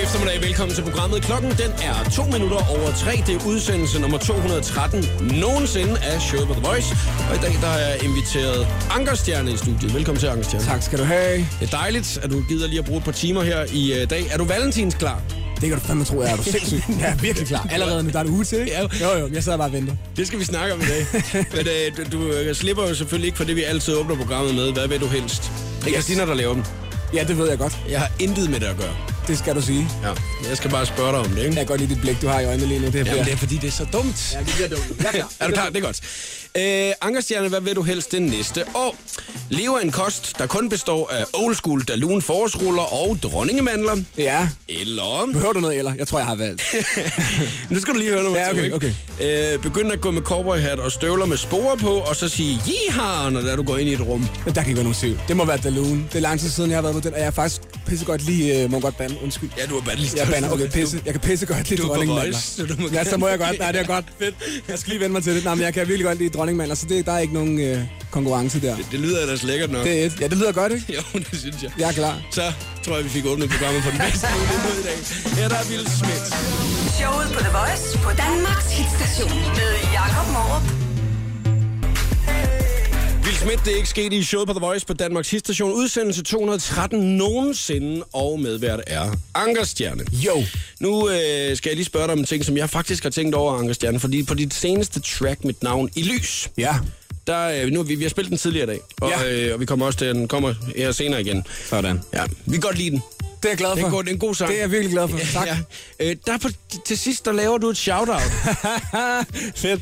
eftermiddag. Velkommen til programmet. Klokken den er 2 minutter over 3. Det er udsendelse nummer 213 nogensinde af Show på The Voice. Og i dag der har jeg inviteret Ankerstjerne i studiet. Velkommen til, Ankerstjerne. Tak skal du have. Det er dejligt, at du gider lige at bruge et par timer her i dag. Er du valentinsklar? Det kan du fandme tro, jeg er du sindssygt. Jeg er virkelig klar. Allerede nu, der er en uge til, ikke? Jo, jeg sidder bare og venter. Det skal vi snakke om i dag. Men du slipper jo selvfølgelig ikke for det, vi altid åbner programmet med. Hvad vil du helst? Det er Christina, der laver dem. Ja, det ved jeg godt. Jeg har intet med det at gøre. Det skal du sige. Ja, jeg skal bare spørge dig om det, ikke? Jeg kan godt lide dit blik, du har i øjnene lige nu. Jamen, det er fordi, det er så dumt. Ja, det bliver dumt. Jeg er klar. Er du klar? Det er godt. Ankerstjerne, hvad vil du helst det næste år? Lever en kost, der kun består af old school Dalun forårsruller og dronningemandler? Ja. Eller? Behøver du noget, eller? Jeg tror, jeg har valgt. Nu skal du lige høre noget. Ja, okay. Begynd at gå med cowboyhat og støvler med sporer på, og så sige jiha, når du går ind i et rum. Men der kan ikke være nogen tvivl. Det må være Dalun. Det er lang tid siden, jeg har været på den, og jeg er faktisk pissegodt lige... må godt bande, undskyld. Ja, du har bandet lige. Jeg bander, okay, pisse. Jeg kan pissegodt lide dronningemandler. Ja, så må jeg godt. Nej, det er godt. Fedt. Jeg skal lige vende mig til det. Nej, men jeg kan virkelig godt lide dronningemandler, så der er ikke nogen konkurrence der. Det lyder ellers lækkert nok. Det er et. Ja, det lyder godt, ikke? Jo, det synes jeg. Jeg er klar. Så tror jeg, vi fik åbnet programmet på den bedste måde i dag. Her der er Will Smith. Showet på The Voice på Danmarks hitstation med Jakob Morup. Will Smith, det er ikke sket i showet på The Voice på Danmarks hitstation. Udsendelse 213 nogensinde, og medvært er Ankerstjerne. Jo. Nu skal jeg lige spørge dig om en ting, som jeg faktisk har tænkt over, Ankerstjerne. Fordi på dit seneste track, Mit Navn i Lys, ja. Vi har spillet den tidligere i dag, og vi kommer også til, den kommer her senere igen. Sådan. Ja, vi kan godt lide den. Det er jeg glad for. Det er en god sang. Det er jeg virkelig glad for. Tak. Ja. Til sidst, der laver du et shout-out. Fedt.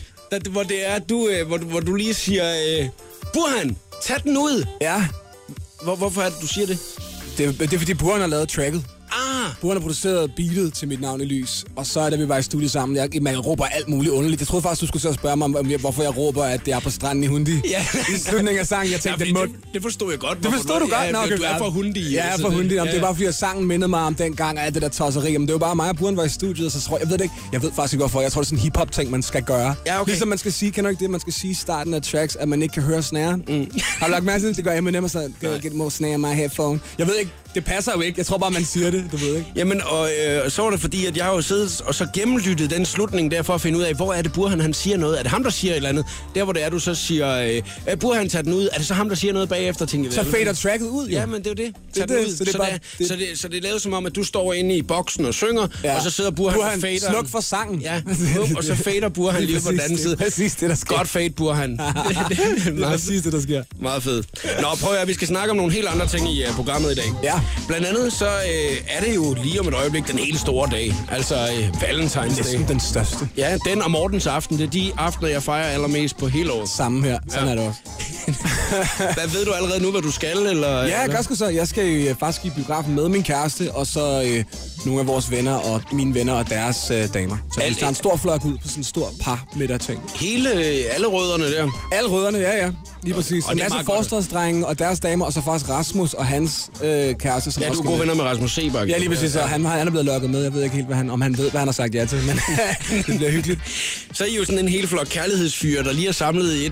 Hvor du lige siger, Burhan, tag den ud. Ja. Hvorfor er det, du siger det? Det er fordi Burhan har lavet tracket. Burhan har produceret beatet til Mit Navn i Lys, og så er det, vi var i studiet sammen. Man råber alt muligt underligt. Jeg troede faktisk, du skulle så spørge mig om, hvorfor jeg råber, at det er på stranden i Hundi. Ja. I slutningen af sangen, jeg tænkte, det forstod jeg godt. Det forstod du godt? Nå, du er fra Hundi. Ja, jeg er fra Hundi. Det er bare fordi, at sangen mindede mig om dengang, og alt det der tosseri. Men det var bare mig og Burhan var i studiet, så tror jeg ved faktisk ikke, hvorfor. Jeg tror, det er sådan en hip-hop-ting, man skal gøre. Ja, okay. Ligesom man skal sige, man skal sige i starten af tracks, at man ikke kan høre snæren. Har du lagt mærke til, det gør Eminem og sådan, get more snare in my headphone. Jeg ved ikke, det passer jo ikke. Jeg tror bare, man siger det, du ved ikke. Jamen, og så var det fordi, at jeg har jo siddet og så gennemlyttet den slutning der for at finde ud af, hvor er det Burhan, han siger noget. Er det ham, der siger et eller andet? Der, hvor det er, du så siger, Burhan tager den ud. Er det så ham, der siger noget bagefter? Så fader tracket ud, jo. Ja, men det er jo det. Så det er lavet som om, at du står inde i boksen og synger, og så sidder Burhan og fader. Sluk for sangen. Ja, og så fader Burhan lige på den anden side. Præcis det, der sker. Godt fade, Burhan. Det er præcis det, der sker. Meget fedt. Nå, prøv at vi skal snakke om nogle helt andre ting i programmet i dag. Ja. Blandt andet så er det jo lige om et øjeblik den helt store dag. Altså Valentine's Day. Den største. Ja, den og Mortens aften. Det er de aftener, jeg fejrer allermest på hele året. Samme her. Sådan er det også. Hvad ved du allerede nu, hvad du skal? Eller? Ja, jeg gør sgu så. Jeg skal jo faktisk i biografen med min kæreste, og så nogle af vores venner og mine venner og deres damer. Så vi tager en stor flok ud på sådan en stor par middag-ting. Alle rødderne der? Alle rødderne, ja. Lige præcis. En masse forstadsdrenge og deres damer, og så faktisk Rasmus og hans kæreste. Som ja, du er gode venner med Rasmus Sebak. Ja, lige præcis. Og han er blevet lukket med. Jeg ved ikke helt, om han ved, hvad han har sagt ja til, men det bliver hyggeligt. Så er I jo sådan en hel flok kærlighedsfyre, der lige er samlet i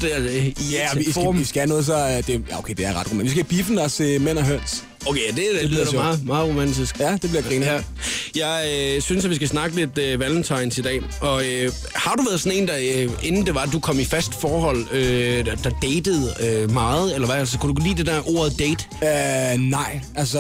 vi skal noget, så det er ret romantisk. Vi skal i biffen og se Mænd og Høns. Okay, det lyder meget, meget romantisk. Ja, det bliver griner her. Jeg synes, at vi skal snakke lidt Valentines i dag. Og har du været sådan en, der inden det var, at du kom i fast forhold, der datede meget? Eller hvad? Altså, kunne du lide det der ordet date? Nej.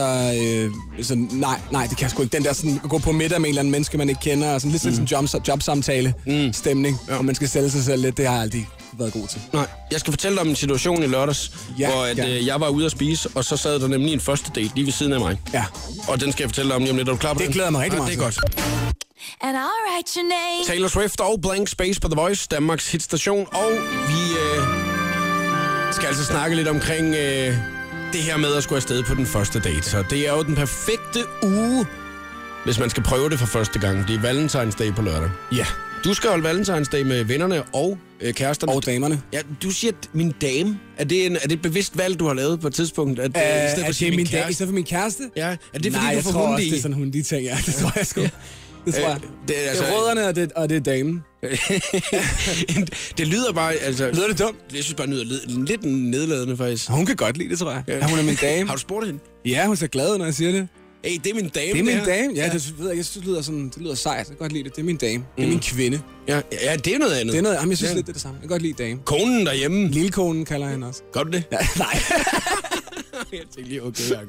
Nej, det kan jeg sgu ikke. Den der sådan, at gå på middag med en eller anden menneske, man ikke kender, og sådan lidt sådan en jobsamtale stemning, og man skal sælge sig selv lidt, det har jeg aldrig været god til. Nej, jeg skal fortælle dig om en situation i lørdags, hvor jeg var ude at spise, og så sad der nemlig en første date lige ved siden af mig. Ja. Og den skal jeg fortælle dig om lige om lidt. Er du klar på det? Det glæder mig rigtig meget. Det er godt. And I'll write your name. Taylor Swift og Blank Space på The Voice, Danmarks hitstation, og vi skal altså snakke lidt omkring det her med at skulle afsted på den første date. Så det er jo den perfekte uge, hvis man skal prøve det for første gang. Det er Valentine's Day på lørdag. Ja. Du skal holde Valentine's Day med vennerne og kæresterne. Og damerne. Ja, du siger, at min dame. Er det et bevidst valg, du har lavet på et tidspunkt? At, er det min dame i stedet for min kæreste? Ja, er det fordi, nej, du får hundi? Nej, det er sådan hundi-ting, ja. Det tror jeg sgu. Det tror jeg. Det er rødderne, og det er damen. Det lyder bare... Altså, lyder det dumt? Jeg synes bare, det lyder lidt nedladende, faktisk. Hun kan godt lide det, tror jeg. Ja, hun er min dame. Har du spurgt hende? Ja, hun er så glad, når jeg siger det. Hey, det er min dame. Det er min dame. Ja, det ved jeg synes, det lyder sejt. Jeg kan godt lide det. Det er min dame. Det er min kvinde. Ja, det er noget andet. Det er noget, jeg synes lidt det er det samme. Jeg kan godt lide dame. Konen derhjemme. Lille konen kalder han også. Gør du det? Ja, nej. Jeg tænkte lige,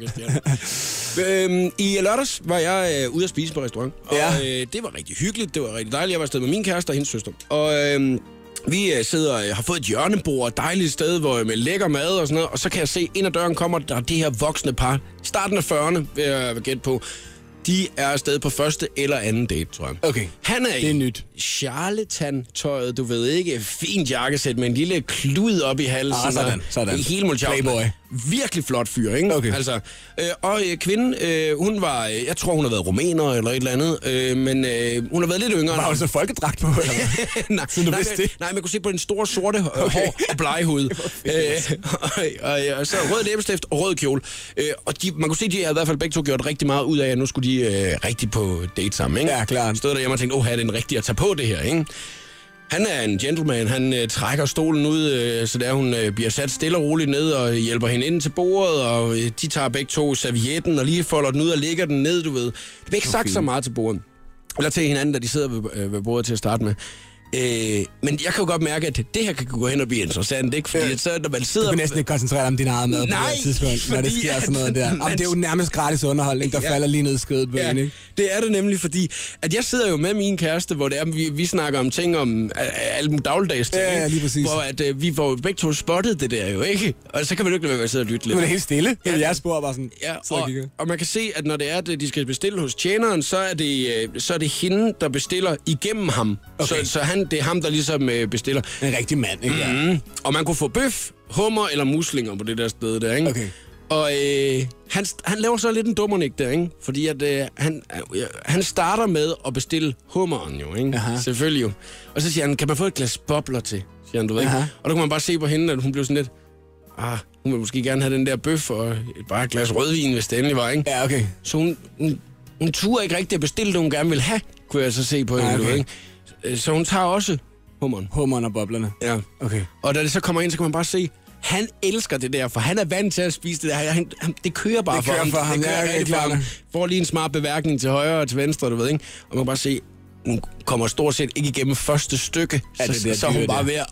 okay, I lørdags var jeg ude at spise på restaurant. Og det var rigtig hyggeligt. Det var rigtig dejligt. Jeg var afsted med min kæreste og hendes søster. Og vi sidder har fået et hjørnebord, et dejligt sted, hvor med lækker mad og sådan noget. Og så kan jeg se, ind ad døren kommer der det her voksne par. Starten af 40'erne, vil jeg gætte på. De er afsted på første eller anden date, tror jeg. Okay, han er det er nyt. Charlatan-tøjet, du ved ikke. Fint jakkesæt med en lille klud op i halsen. Sådan. Helt Playboy. Virkelig flot fyr, ikke? Okay. Altså, og kvinden, hun var, jeg tror, hun har været rumæner eller et eller andet, men hun har været lidt yngre. Var hun så folkedragt på, eller hvad? nej, man kunne se på den store sorte hår og blegehud. Og så rød læbestift og rød kjole. Og man kunne se, de havde i hvert fald begge to gjort rigtig meget ud af, at nu skulle de rigtig på date sammen, ikke? Ja, klart. Stod der hjemme og tænkte, det er den rigtige at tage på det her, ikke? Han er en gentleman. Han trækker stolen ud, så der hun bliver sat stille og roligt ned og hjælper hende ind til bordet, og de tager begge to servietten og lige folder den ud og lægger den ned, du ved. Det bliver ikke sagt så meget til bordet. Eller til hinanden, da de sidder ved bordet til at starte med. Men jeg kan jo godt mærke, at det her kan gå hen og blive interessant, ikke? Fordi så, når man sidder... Du kan næsten ikke koncentrere dig om din eget mad på det tidspunkt, når det sker sådan noget der. Men det er jo nærmest gratis underholdning, der falder lige ned i skødet på en, ikke? Det er det nemlig, fordi at jeg sidder jo med min kæreste, hvor det er, vi snakker om ting om alle mulige dagligdags ting, ja, lige præcis. hvor at, vi får begge to spottet det der jo, ikke? Og så kan man jo ikke lade være at sidde og lytte lidt. Nu er det helt stille. Ja. Jeg spurgte bare sådan, og man kan se, at når det er, at de skal bestille hos tjeneren, så er det hende, der bestiller igennem ham. Okay. Så det er ham, der ligesom bestiller. En rigtig mand, ikke? Mm-hmm. Og man kunne få bøf, hummer eller muslinger på det der sted der, ikke? Okay. Og han laver så lidt en dummernik der, ikke? Fordi at han starter med at bestille hummeren jo, ikke? Aha. Selvfølgelig jo. Og så siger han, kan man få et glas bobler til? Siger han, du ved ikke? Og der kan man bare se på hende, at hun blev sådan lidt, hun vil måske gerne have den der bøf og bare et glas rødvin, hvis det endelig var, ikke? Ja, okay. Så hun turde ikke rigtig at bestille det, hun gerne ville have, kunne jeg så se på hende, okay. du ved, ikke? Så hun tager også hummeren. Hummeren og boblerne. Ja. Okay. Og da det så kommer ind, så kan man bare se, han elsker det der, for han er vant til at spise det der. Det kører bare for ham. Det kører rigtig for ham. Får lige en smart beværkning til højre og til venstre, du ved, ikke? Og man kan bare se, hun kommer stort set ikke igennem første stykke, så hun bare ved at...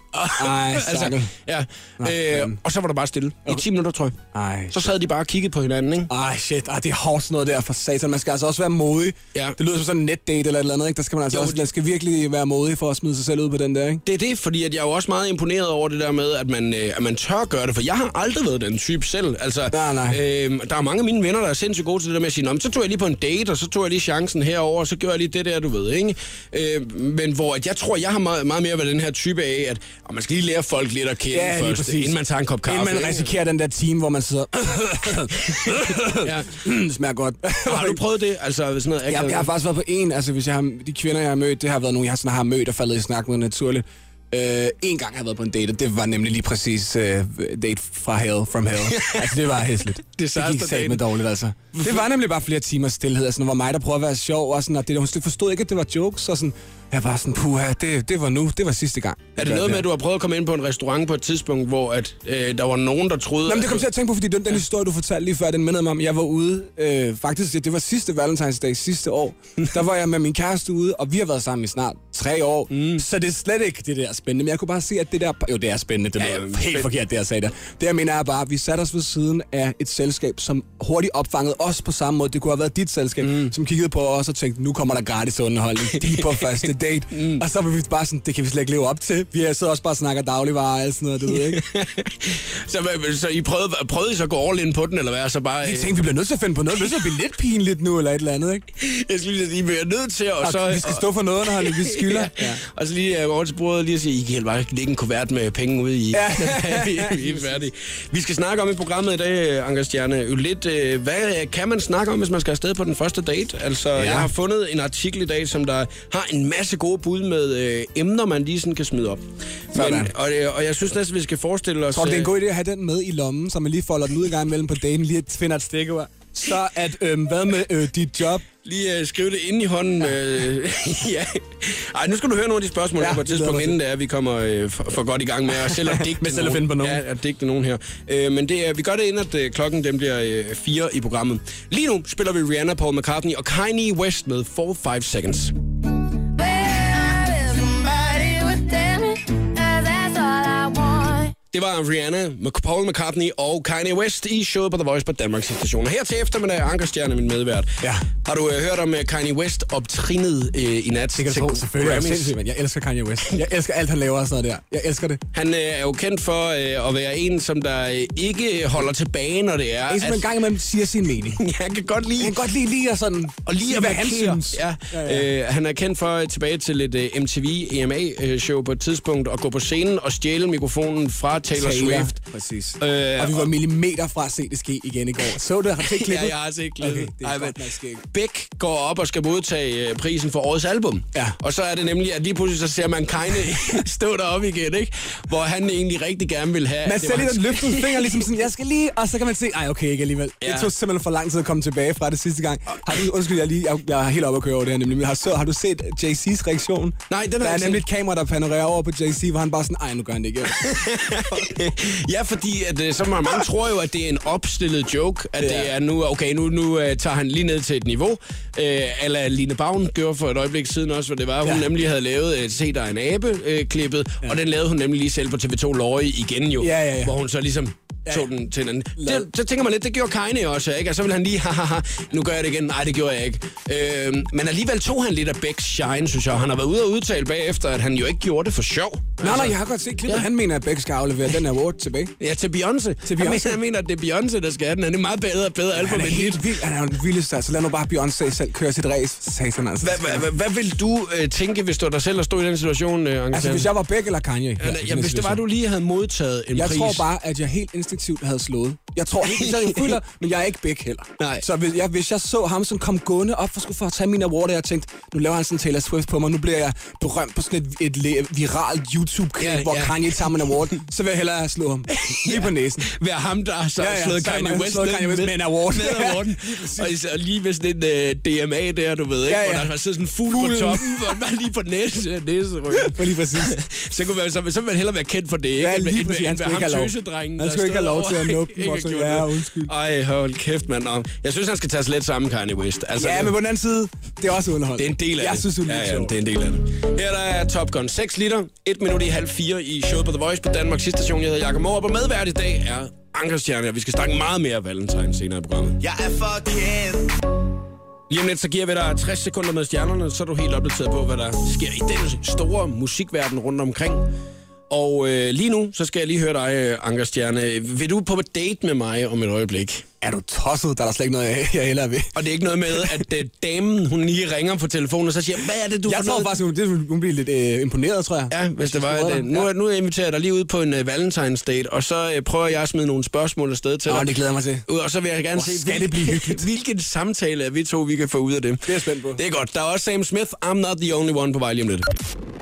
og så var der bare stille. I 10 minutter, tror jeg. Så sad de bare og kiggede på hinanden, ikke? Shit. Det er hårdt sådan noget der for satan. Man skal altså også være modig. Ja. Det lyder som sådan en netdate eller et eller andet, ikke? Der skal man altså også... Man skal virkelig være modig for at smide sig selv ud på den der, ikke? Det er det, fordi at jeg er jo også meget imponeret over det der med, at man tør gøre det. For jeg har aldrig været den type selv. Altså, nej. Der er mange af mine venner, der er sindssygt gode til det der med at sige, så tog jeg lige på en date, og så tog jeg lige chancen herover, og så gjorde jeg lige det der, du ved, ikke? Men hvor jeg tror, jeg har meget mere været den her type af, at man skal lige lære folk lidt at kende først, inden man tager en kop kaffe. Inden man risikerer den der time, hvor man sidder... det smager godt. Har du prøvet det? Altså, sådan noget, jeg har faktisk været på en, altså hvis jeg har, de kvinder, jeg har mødt, det har været nogle, jeg sådan har mødt og faldet i snak med naturligt. En gang har jeg været på en date, og det var nemlig lige præcis date from hell. Altså, det var hæsligt. Det gik sagt med dårligt, altså. Det var nemlig bare flere timers stillhed, altså, det var mig, der prøvede at være sjov, og sådan, og hun forstod ikke, at det var jokes, og sådan, jeg var sådan, puha, det var sidste gang. Er det noget med, at du har prøvet at komme ind på en restaurant på et tidspunkt, hvor at, der var nogen, der troede... Jamen, det kom til at tænke på, fordi den historie, du fortalte lige før, den mindede mig om, jeg var ude, faktisk, det var sidste Valentinsdag sidste år, der var jeg med min kæreste ude, og vi har været sammen i snart 3 år, så det er slet ikke det der spændende, men jeg kunne bare se, at det der... Jo, det er spændende, det er helt forkert, det jeg sagde der. Det jeg mener er bare, at vi satte os ved siden af et selskab, som hurtigt opfangede os på samme måde. Det kunne have været dit selskab, som kiggede på os og tænkte, nu kommer der gratis underholdning. De på første date. Og så var vi bare sådan, det kan vi slet ikke leve op til. Vi sidder også bare og snakker dagligvarer og alt sådan noget, du ved ikke. Så I prøvede I så at gå all in på den, eller hvad? Så bare... Vi tænkte, vi bliver nødt til at finde på noget. Vi bliver blive lidt pinligt nu, eller et eller andet, ikke? Jeg skal lige sige, I bliver nødt til at... Så, vi skal stå for noget underholdning, vi skylder. Og så lige over til bordet lige at sige, I kan helt bare lægge en kuvert med penge ude i. Vi er helt færdige. Vi skal snakke om i programmet i dag, Anker Stjerne, lidt, hvad kan man snakke om, hvis man skal afsted på den første date? Altså, jeg har fundet en artikel i dag, som der har en masse gode bud med emner, man lige sådan kan smide op. Og jeg synes næsten, vi skal forestille os... Tror du, det er en god idé at have den med i lommen, så man lige folder den ud i gang imellem på daten, lige finder et stikord? Så at, hvad med dit job? Lige skrive det ind i hånden. Ja. Ej, nu skal du høre nogle af de spørgsmål, på et tidspunkt, inden det er, vi kommer for godt i gang med at selv at digte selv at finde på nogen. Ja, at digte nogen her. Men det er, vi gør det inden, at klokken den bliver 4 i programmet. Lige nu spiller vi Rihanna, Paul McCartney og Kanye West med 4-5 Seconds. Det var Rihanna, Paul McCartney og Kanye West i showet på The Voice på Danmarks station. Her til eftermiddag er Anker Stjerne, min medvært. Ja. Har du hørt om Kanye West optrinet i nat? Det kan du tro, selvfølgelig. Jeg elsker Kanye West. Jeg elsker alt, han laver og sådan noget der. Jeg elsker det. Han er jo kendt for at være en, som der ikke holder tilbage, når det er... En, som en gang imellem siger sin mening. Ja, han kan godt lide... Han kan godt lide og sådan... Og lige at hvad han synes. Ja. Han er kendt for tilbage til et MTV EMA-show på et tidspunkt at gå på scenen og stjæle mikrofonen fra Taylor Swift. Præcis. Og vi var millimeter fra at se det ske igen i går. Så du, har du set klippet? Ja, jeg har set klippet. Okay, Beck går op og skal modtage prisen for årets album. Ja. Og så er det nemlig, at lige pludselig så ser man Kanye stå deroppe igen, ikke? Hvor han egentlig rigtig gerne vil have... Man ser lige den løftede finger, ligesom sådan, jeg skal lige... Og så kan man se, okay, ikke alligevel. Ja. Det tog simpelthen for lang tid at komme tilbage fra det sidste gang. Jeg er helt oppe at køre over det her nemlig. Har du set Jay-Z's reaktion? Nej, den der er nemlig et kamera, der panorerer over på Jay-Z, hvor han bare sådan, nu gør han det igen. Ja, fordi at, så mange tror jo, at det er en opstillet joke, at det er nu, okay, nu tager han lige ned til et niveau, eller Line Bavn gjorde for et øjeblik siden også, hvor det var, hun nemlig havde lavet Se der en abe-klippet, og den lavede hun nemlig lige selv på TV2 Lorry igen jo, hvor hun så ligesom tog den til en anden. Så tænker man lidt, det gjorde Kanye også, ikke? Og så vil han lige, nu gør jeg det igen. Nej, det gjorde jeg ikke. Men alligevel tog han lidt af Becks shine, synes jeg. Han har været ude og udtale bagefter, at han jo ikke gjorde det for sjov. Nej, jeg har godt set klippet. Han mener, at Beck skal aflevere den award tilbage. Ja, til Beyoncé. Han mener, at det er Beyoncé, der skal have den. Han er meget bedre album end dit. Han er jo den vildeste, så lad nu bare Beyoncé selv køre sit race. Satan, altså. Hvad vil du tænke, hvis du dig selv stod i den situation, Anker? Altså, hvis jeg var Beck eller Kanye? Ja, hvis det var, du lige havde modtaget en pris. Jeg tror bare, at jeg helt instinktivt havde slået. Jeg tror ikke, jeg føler, men jeg er ikke Beck heller. Nej. Så hvis jeg så ham, som kom gående op for at tage min award, og jeg tænkte, nu laver han sådan Taylor Swift på mig, nu bliver jeg berømt på sådan et viralt YouTube-klip, hvor Kanye tager min award, så vil jeg hellere slå ham lige på næsen. Vær ham, der har slået Kanye West med en award. Og lige med sådan en DMA der, du ved ikke, hvor der har siddet sådan en fugl på toppen, hvor man lige på næseryggen. Lige præcis. Så vil man hellere være kendt for det, ikke? Ja, lige præcis. Han skulle ikke have lov til at nuppe den, så ja, undskyld. Ej, hold kæft, mand. Jeg synes, han skal tage sig lidt sammen, Kanye West. Altså, ja, men på den anden side, det er også underhold. Det er en del af det. Jeg synes, det er en del af det. Her der er Top Gun 6 liter, 1 minut i 3:30 i showet på The Voice på Danmarks station. Jeg hedder Jakob Morup, og medvært i dag er Anker Stjerne, og vi skal snakke meget mere Valentine senere i programmet. Jeg er fucking... Lige om lidt, så giver vi dig 60 sekunder med stjernerne, så er du helt opdateret på, hvad der sker i den store musikverden rundt omkring. Og lige nu, så skal jeg lige høre dig, Anker Stjerne. Vil du på date med mig om et øjeblik? Er du tosset? Der er slet ikke noget, jeg hellere ved. Og det er ikke noget med, at damen, hun lige ringer på telefonen og så siger, hvad er det, du får noget? Jeg tror faktisk, hun bliver lidt imponeret, tror jeg. Ja, hvis det var. Nu inviterer jeg dig lige ud på en Valentine's date, og så prøver jeg at smide nogle spørgsmål afsted til dig. Det glæder mig til. Og så vil jeg gerne se, hvilken samtale af vi to, vi kan få ud af det. Det er jeg spændt på. Det er godt. Der er også Sam Smith, I'm Not The Only One på vej lige om lidt.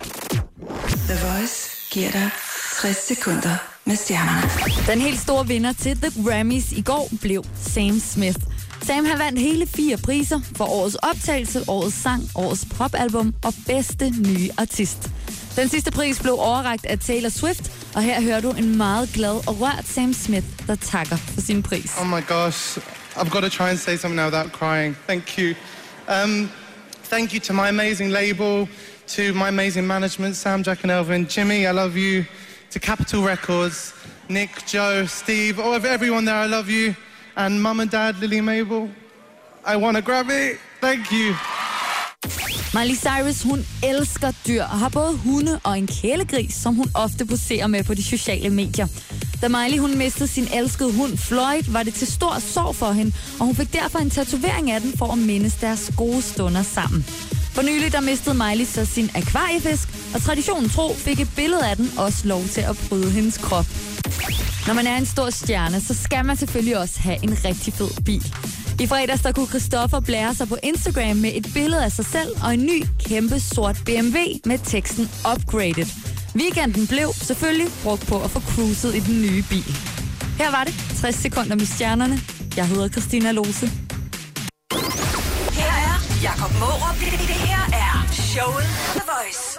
The Voice giver dig 60 sekunder med stjernerne. Den helt store vinder til The Grammys i går blev Sam Smith. Sam har vandt hele 4 priser for årets optagelse, årets sang, årets popalbum og bedste nye artist. Den sidste pris blev overrakt af Taylor Swift, og her hører du en meget glad og rørt Sam Smith, der takker for sin pris. Oh my gosh, I've got to try and say something now without crying. Thank you. Thank you to my amazing label, to my amazing management, Sam, Jack and Elvin. Jimmy, I love you. To Capitol Records, Nick, Joe, Steve, everyone there, I love you. And Mum and Dad, Lily Mabel, I want a Grammy. Thank you. Miley Cyrus, hun elsker dyr og har både hunde og en kælegris, som hun ofte poserer med på de sociale medier. Da Miley hun mistede sin elskede hund Floyd, var det til stor sorg for hende, og hun fik derfor en tatovering af den for at mindes deres gode stunder sammen. For nylig der mistede Miley så sin akvariefisk, og traditionen tro fik et billede af den også lov til at bryde hendes krop. Når man er en stor stjerne, så skal man selvfølgelig også have en rigtig fed bil. I fredags der kunne Christoffer blære sig på Instagram med et billede af sig selv og en ny kæmpe sort BMW med teksten Upgraded. Weekenden blev selvfølgelig brugt på at få cruiset i den nye bil. Her var det 60 sekunder med stjernerne. Jeg hedder Christina Lose. Her er Jakob Mårup. Det her er showet på The Voice.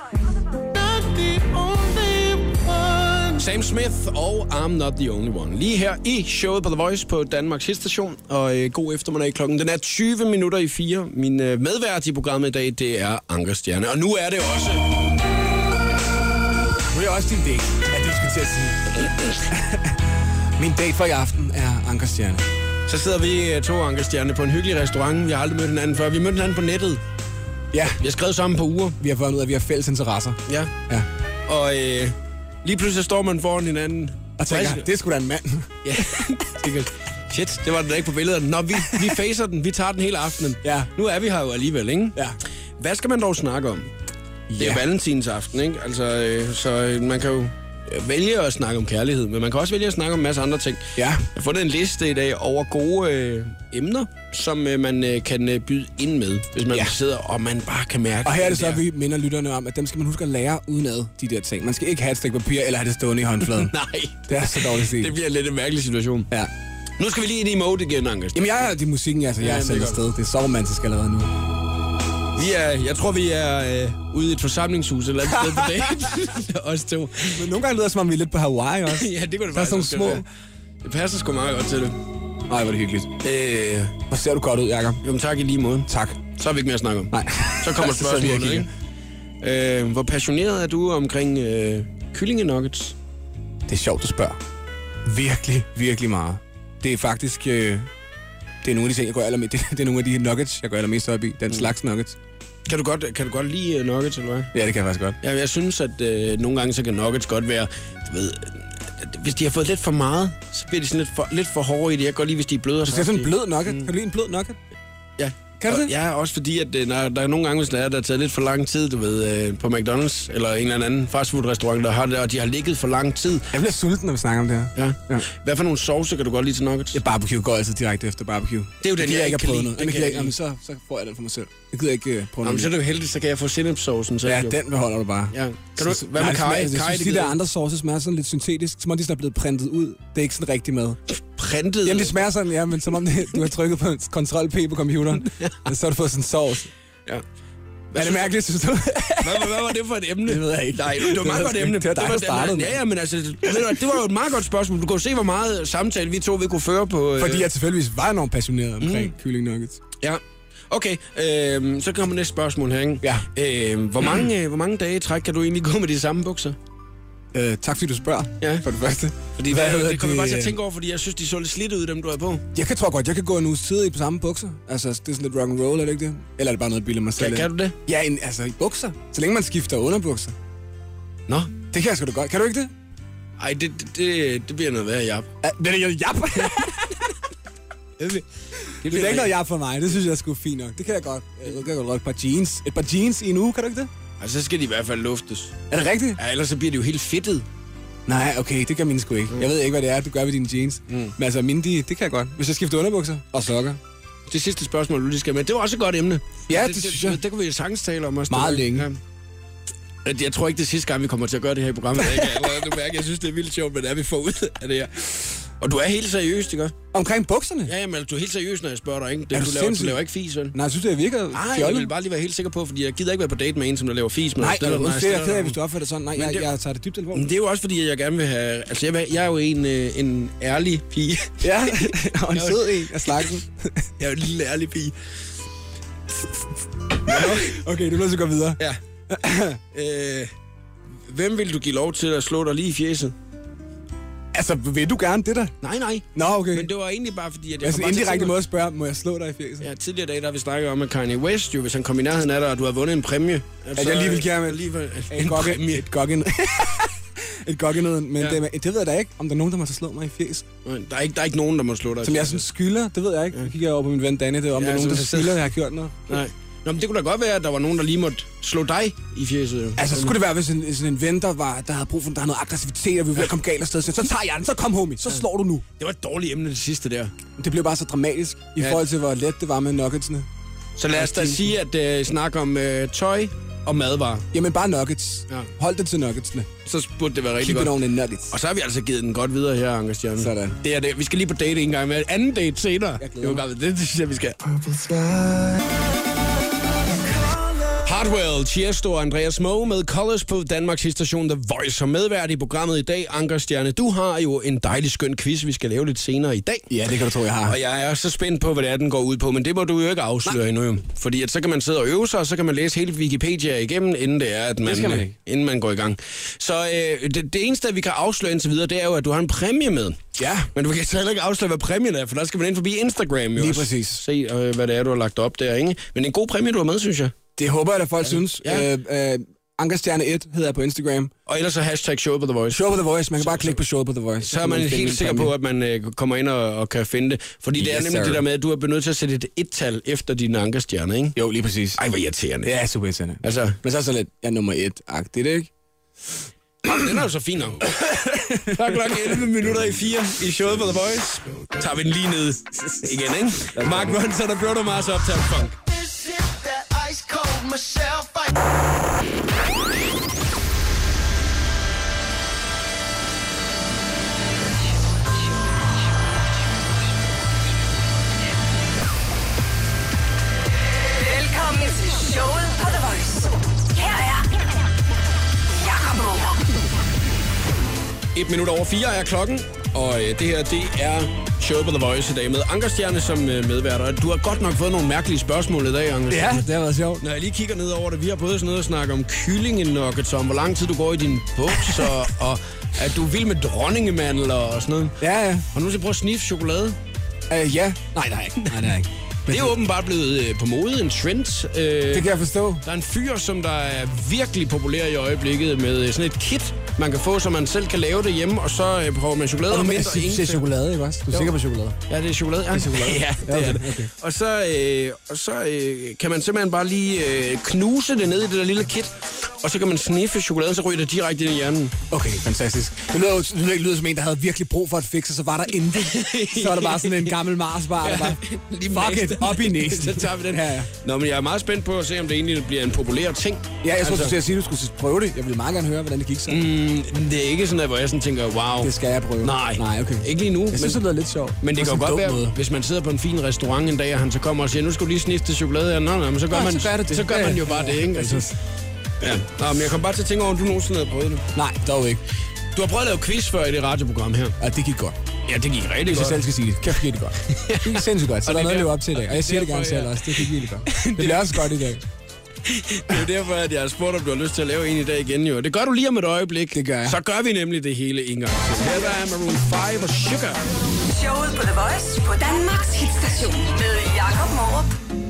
Sam Smith og I'm Not The Only One. Lige her i showet på The Voice på Danmarks hitstation. Og god eftermiddag klokken. Den er 20 minutter i 4. Min medvært i programmet i dag, det er Anker Stjerne. Og nu er det også... Nu er det også din date, at du skal til at sige. Min date for i aften er Anker Stjerne. Så sidder vi to Anker Stjerne på en hyggelig restaurant. Vi har aldrig mødt hinanden før. Vi mødte hinanden på nettet. Ja. Vi har skrevet sammen på uger. Vi har fundet ud af, at vi har fælles interesser. Ja. Og lige pludselig står man foran hinanden. Og tænker, det er sgu da en mand. Ja, shit, det var den da ikke på billederne. Nå, vi facer den, vi tager den hele aftenen. Ja. Nu er vi her jo alligevel, ikke? Ja. Hvad skal man dog snakke om? Det er valentinsaften, ikke? Altså, så man kan jo vælge at snakke om kærlighed, men man kan også vælge at snakke om en masse andre ting. Ja. Jeg har fundet en liste i dag over gode emner, som man kan byde ind med, hvis man sidder og man bare kan mærke. Og her er det så, at vi minder lytterne om, at dem skal man huske at lære udenad, de der ting. Man skal ikke have et stykke papir eller have det stående i håndfladen. Nej. Det er så dårligt set. Det bliver lidt en mærkelig situation. Ja. Nu skal vi lige ind i mode igen, Anker. Jamen, jeg er de musikken, altså. Jeg er selv afsted. Det er så romantisk allerede nu. Jeg tror, vi er ude i et forsamlingshus eller et sted på date. Os to. Men nogle gange lyder det, som om vi er lidt på Hawaii også. Ja, det kunne det faktisk. Der er sådan små. Det passer sgu meget godt til det. Nej, hvor er det hyggeligt. Hvor ser du godt ud, Jakob? Jo, tak i lige måde. Tak. Så har vi ikke mere at snakke om. Nej. Så kommer spørgsmålet, ikke? Hvor passioneret er du omkring kyllingenuggets? Det er sjovt, du spørger. Virkelig, virkelig meget. Det er faktisk... det er nogle af de ting, jeg går allermest... Det er nogle af de nuggets, jeg går allermest op i. Den slags nuggets. Kan du godt lide nuggets, eller hvad? Ja, det kan jeg faktisk godt. Ja, jeg synes, at nogle gange så kan nuggets godt være... Du ved, hvis de har fået lidt for meget, så bliver de sådan lidt for hårde i det. Jeg kan godt lide, hvis de er bløde. Du ser sådan en blød nugget. Kan du lide en blød nugget? Ja. Kan du det? Ja, også fordi, at når der er nogle gange, hvis der har taget lidt for lang tid, du ved, på McDonald's eller en eller anden fastfood-restaurant, der har det, og de har ligget for lang tid. Jeg bliver sulten, når vi snakker om det her. Ja. Hvad for nogle saucer kan du godt lide til nuggets? Ja, barbecue går altid direkte efter barbecue. Det er jo den, jeg ikke kan lide. Jamen, så får jeg den for mig selv. Jeg gider ikke prøve noget. Så er det jo heldigt, så kan jeg få sennepsaucen selv. Ja, den beholder du bare. Ja. Kan du, hvad med kaj? Jeg synes, de der andre saucer smager sådan lidt syntetisk, som om de er blevet printet ud. Det er ikke sådan rigtig mad. Printet? Jamen, det smager sådan, ja, men som om du har trykket på Ctrl-P på computeren, og så har du fået sådan en sauce. Ja. Er det mærkeligt, synes du? Hvad var det for et emne? Det ved jeg ikke. Nej, det var et meget godt emne. Det var dig, der startede. Ja, men altså, det var jo et meget godt spørgsmål. Du kan jo se, hvor meget samtale vi to vil kunne føre på... Fordi jeg tilfældigvis var enormt passioneret omkring kylling nuggets. Ja. Okay, så kommer næste spørgsmål her, ikke? Ja. Hvor mange dage i træk kan du egentlig gå med de samme bukser? Tak fordi du spørger, for det første. Fordi det kommer bare til at tænke over, fordi jeg synes, de så lidt slidt ud, dem du er på. Jeg tror godt, jeg kan gå en uges tid i på samme bukser. Altså, det er sådan lidt rock and roll, er det ikke det? Eller er det bare noget billigt mig selv? Kan du det? Ja, altså i bukser. Så længe man skifter underbukser. Nå. Det kan jeg sgu da godt. Kan du ikke det? Ej, det bliver noget værd, jap. Det er jap? Det er ikke noget jap for mig. Det synes jeg er sgu fint nok. Det kan jeg godt. Jeg kan godt røge et par jeans. Et par jeans i en uge, kan du ikke det? Altså, så skal de i hvert fald luftes. Er det rigtigt? Ja, ellers så bliver de jo helt fedtet. Nej, okay, det kan mine sgu ikke. Jeg ved ikke, hvad det er, du gør ved dine jeans. Men altså, mine, det kan jeg godt. Hvis jeg skifter underbukser og sokker. Det sidste spørgsmål, du lige skal med, det var også et godt emne. Ja, det synes jeg. Det kunne vi jo sagtens tale om også. Meget længe. Ja. Jeg tror ikke, det er sidste gang, vi kommer til at gøre det her i programmet. Jeg synes, det er vildt sjovt, men er vi får ud af det her. Og du er helt seriøs, ikke? Omkring bukserne? Ja, men du er helt seriøs, når jeg spørger dig, ikke? Du laver ikke fis, vel? Nej, jeg synes, det virker fjollet. Jeg vil bare lige være helt sikker på, fordi jeg gider ikke være på date med en, som der laver fis. Nej, det er ked af, hvis du opfører det sådan. Nej, jeg tager det dybt alvorligt. Det er jo også, fordi jeg gerne vil have... Altså, jeg er jo en ærlig pige. Ja, og en sød en af slagsen. Jeg er jo en lille ærlig pige. Okay, du er nødt til at gå videre. Ja. Hvem vil du give lov til at slå dig lige i fjeset? Altså, vil du gerne det der? Nej. Nå, okay. Men det var egentlig bare fordi, at jeg... Altså, en indirekte måde at spørge, må jeg slå dig i fjeset? Ja, tidligere dage, der har vi snakket om, at Kanye West, jo, hvis han kom i nærheden af dig, og du har vundet en præmie... At jeg lige vil give ham en præmie. Et gokkenøden, men det ved jeg da ikke, om der er nogen, der må slå mig i fjeset. Der er ikke nogen, der må slå dig. Som jeg sådan skylder, det ved jeg ikke. Jeg kigger over på min ven Danny, det er om der er nogen, der skylder, jeg har gjort noget. Nej. Nå, men det kunne da godt være, at der var nogen, der lige måtte slå dig i fjeset. Altså, så skulle det være, hvis sådan en ven, der havde brug for, der havde noget aggressivitet, og vi ville komme galt afsted. Så tager jeg den, så kom homie, så slår du nu. Det var et dårligt emne, det sidste der. Det blev bare så dramatisk, i forhold til, hvor let det var med nuggetsene. Så lad os da sige, at snakke om tøj og madvarer. Jamen, bare nuggets. Ja. Hold det til nuggetsene. Så burde det være rigtig godt. Keep it on the nuggets. Og så har vi altså givet den godt videre her, Anker Stjerne. Sådan. Det er det. Vi skal lige på date en gang med. Anden date senere. Det synes jeg, vi skal. Hardwell, Tiesto og Andreas Moe med Colors på Danmarks station The Voice. Som medvært i programmet i dag, Anker Stjerne, du har jo en dejlig skøn quiz, vi skal lave lidt senere i dag. Ja, det kan du tro, jeg har. Og jeg er så spændt på, hvad det er, den går ud på, men det må du jo ikke afsløre endnu. Fordi at så kan man sidde og øve sig, og så kan man læse hele Wikipedia igennem, inden det er, at inden man går i gang. Så det eneste, vi kan afsløre indtil videre, det er jo, at du har en præmie med. Ja. Men du kan heller ikke afsløre, hvad præmien er, for der skal man ind forbi Instagram jo. Lige også. præcis. Se, hvad det er, du har lagt op der, ikke? Men en god præmie, du har med, synes jeg. Det håber jeg, at folk synes. Ja. Ankerstjerne 1 hedder jeg på Instagram. Og ellers så hashtag Show på The Voice. Show på The Voice. Man kan bare klikke på Show på The Voice. Så er man helt sikker på, at man kommer ind og kan finde det. Fordi det er nemlig det der med, at du er nødt til at sætte et et-tal efter dine Ankerstjerne, ikke? Jo, lige præcis. Ej, hvor irriterende. Det er super irriterende. Altså. Men så er så lidt, jeg er nummer 1-agtigt, ikke? Den er jo så fin nok. Så er klokken 11:04 i showet på The Voice. Tager vi den lige ned igen, ikke? Mark Ronson og Bruno Mars op til funk. Velkommen til showet på The Voice. Her er Jakob Morup. 4:01 er klokken, og det her, det er showet på The Voice i dag med Ankerstjerne som medværter. Du har godt nok fået nogle mærkelige spørgsmål i dag, Ankerstjerne. Ja, det har været sjovt. Når jeg lige kigger ned over det, vi har både sådan noget at snakke om kyllingenuggets, om hvor lang tid du går i dine bukser, og at du er vild med dronningemandler og sådan noget. Ja. Har du nogensinde prøvet at sniffe chokolade? Ja. Nej, det er ikke. Det er åbenbart blevet på mode, en trend. Det kan jeg forstå. Der er en fyr, som der er virkelig populær i øjeblikket med sådan et kit, man kan få, så man selv kan lave det hjemme, og så prøver man chokolade og mindre ingefær. Det er chokolade, ikke også? Du er sikker på chokolade? Ja, det er chokolade. Ja, det er chokolade. Ja, det er det. Okay. Og så kan man simpelthen bare lige knuse det ned i det der lille kit, og så kan man sniffe chokoladen, så ryger det direkte ind i hjernen. Okay, fantastisk. Det lyder som en, der havde virkelig brug for et fix, og så var der intet. Så var der bare sådan en gammel Mars-bar, der bare fuck it, op i næsten. Så tager vi den. Ja. Nå, men jeg er meget spændt på at se, om det egentlig bliver en populær ting. Ja, jeg tror, du skal sige, at du skulle prøve det. Jeg vil meget gerne høre, hvordan det gik så. Det er ikke sådan, hvor jeg sådan tænker, wow. Det skal jeg prøve. Nej, okay. Ikke lige nu. Jeg synes, det lyder lidt sjovt. Men det kan godt være, hvis man sidder på en fin restaurant en dag, og han så kommer og siger, nu skal du lige snifte til chokolade. Nå, men så gør man jo bare det, ikke? Altså. Ja. Nå, men jeg kom bare til at tænke over, om du nogensinde havde prøvet det. Nej, dog ikke. Du har prøvet at lave quiz før i det radioprogram her. Ja, det gik godt. Ja, det gik rigtig godt. Hvis jeg selv skal sige det. Kæft, det gik godt. Det gik sindssygt godt. Så der er noget at leve op til i dag. Og jeg siger det gerne selv også. Det gik virkelig godt. Det bliver også godt i dag. Det er jo derfor, at jeg har spurgt, om du har lyst til at lave en i dag igen, jo. Det gør du lige om et øjeblik. Det gør jeg. Så gør vi nemlig det hele en gang. Her er Maroon 5 og Sugar. Showet på The Voice på Danmarks hitstation med Jakob Morup.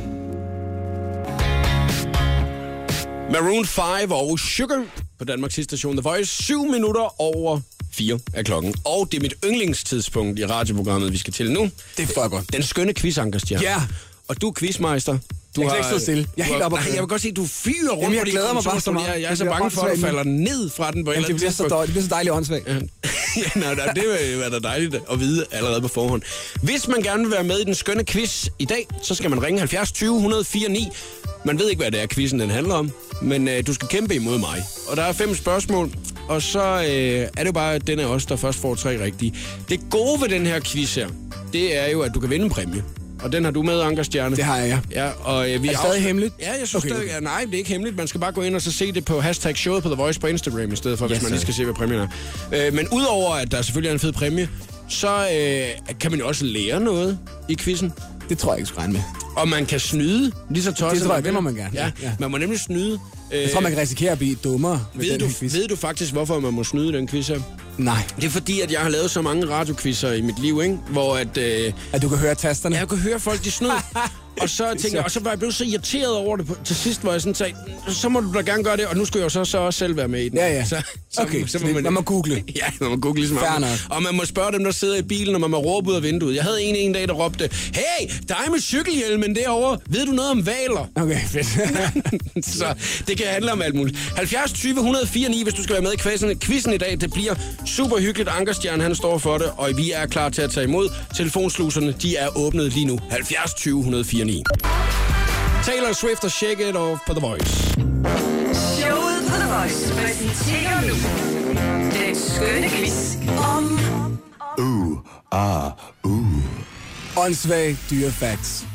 Maroon 5 og Sugar på Danmarks hitstation The Voice. 4:07 er klokken. Og det er mit yndlingstidspunkt i radioprogrammet, vi skal til nu. Det er for godt. Den skønne quiz, Ankerstjerne. Ja. Og du er quizmeister. Jeg kan ikke stå stille. Jeg er helt oppe. Jeg vil godt se, at du fyrer rundt på jeg glæder mig bare så meget. Jeg er så bange for, at du falder ned fra den på et eller andet tidspunkt. Det bliver så dejligt åndssvagt. Det vil være dejligt at vide allerede på forhånd. Hvis man gerne vil være med i den skønne quiz i dag, så skal man ringe 70 20 104 9. Man ved ikke, hvad det er, quizzen den handler om, men du skal kæmpe imod mig. Og der er 5 spørgsmål, og så er det jo bare den af os, der først får 3 rigtige. Det gode ved den her quiz her, det er jo, at du kan vinde en præmie. Og den har du med, Ankerstjerne. Det har jeg, ja. Og, vi er det stadig hemmeligt? Ja, jeg synes okay. Nej, det er ikke hemmeligt. Man skal bare gå ind og så se det på hashtag showet på The Voice på Instagram, i stedet for, hvis man lige skal se, hvad præmien er. Men udover, at der selvfølgelig er en fed præmie, så kan man jo også lære noget i quizzen. Det tror jeg ikke, skal regne med. Og man kan snyde, lige så tosset. Det tror jeg, det må man gerne. Ja. Man må nemlig snyde. Jeg tror, man kan risikere at blive dummere ved du faktisk, hvorfor man må snyde den quiz her? Nej. Det er fordi, at jeg har lavet så mange radioquizzer i mit liv, ikke? Hvor at... At du kan høre tasterne? Ja, jeg kan høre folk, de snød. Og så tænkte jeg, og så var jeg blevet så irriteret over det til sidst, hvor jeg sådan sagde, så må du da gerne gøre det, og nu skal jeg jo så også selv være med i den. Ja. Så man må google. Ja, man må google ligesom Fair nok. Og man må spørge dem, der sidder i bilen, og man må råbe ud af vinduet. Jeg havde en dag, der råbte, hey, dig med cykelhjelmen derovre, ved du noget om valer? Okay, fedt. Så det kan handle om alt muligt. 70 20 104 9, hvis du skal være med i quizzen i dag. Det bliver super hyggeligt. Ankerstjerne, han står for det, og vi er klar til at tage imod. Telefonsluserne, de er åbnet lige nu. 70 20 104 9. Taylor Swift og Shake It Off på The Voice. Showet på The Voice præsenterer nu den skønne quiz om... Åndssvag dyre facts.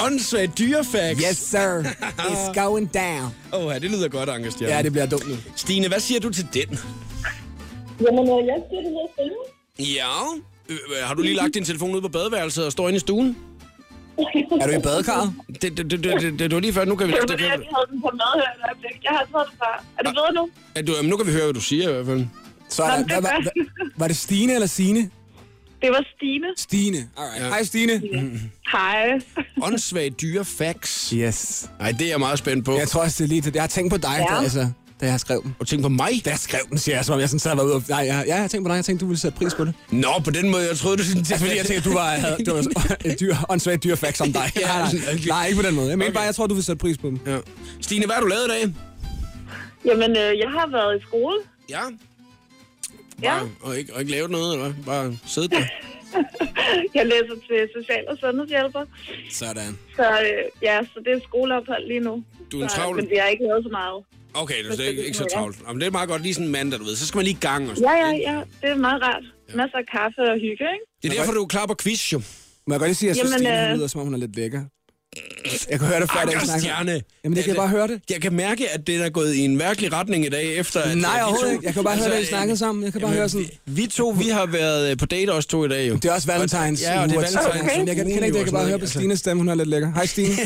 Åndssvagt dyrefacts. Yes, sir. It's going down. Ja, det lyder godt, Ankerstjerne. Ja, det bliver dumt nu. Stine, hvad siger du til den? Jamen, jeg siger, det hedder Stine. Ja. Har du lige lagt din telefon ud på badeværelset og står inde i stuen? Er du i badekarret? Det var lige før. Nu kan vi... Det var det, jeg havde den på med her et øjeblik. Jeg har taget den før. Er det bedre nu? Nu kan vi høre, hvad du siger i hvert fald. Var det Stine eller Signe? Det var Stine. Stine. Alright. Hej, Stine. Hej. Åndssvagt dyrefacts. Yes. Nej, det er jeg meget spændt på. Jeg tror også, det er lige det. Jeg har tænkt på dig, da jeg skrev den. Og tænk på mig. Da jeg skrev den, siger jeg, som om jeg sådan sad ude. Nej, jeg har tænkt på dig. Jeg tænkte, du ville sætte pris på det. Nå, på den måde, jeg troede, du synes... Det er fordi, jeg tænkte, du var et åndssvagt dyrefacts som dig. Nej, ikke på den måde. Jeg mener bare, jeg tror, du vil sætte pris på dem. Ja. Stine, hvad har du lavet i dag? Jamen, jeg har været i skole. Ja. Ja. Og ikke lavet noget, eller hvad? Bare siddet der? Jeg læser til social- og sundhedshjælper. Sådan. Så det er skoleophold lige nu. Du er en travl... Men vi har ikke lavet så meget. Okay, det er ikke så travlt. Men det er meget godt, lige sådan en mandag, du ved. Så skal man lige i gang. Og Ja. Det er meget rart. Masser af kaffe og hygge, ikke? Det er derfor, du er klar på quiz, jo. Må jeg godt lige sige, at jeg synes, Stine lyder, som om hun er lidt lækker. Jeg kan høre det før, da jeg snakker. Jamen, jeg kan bare høre det. Jeg kan mærke, at det er gået i en mærkelig retning i dag, efter at... Nej, overhovedet ikke. Jeg kan bare høre, at I snakkede sammen. Jeg kan bare høre sådan... Vi har været på date også to i dag, jo. Det er også Valentines. Ja, og det er Valentines. Okay. Jeg kan bare høre på Stines stemme, hun er lidt lækker. Hej, Stine.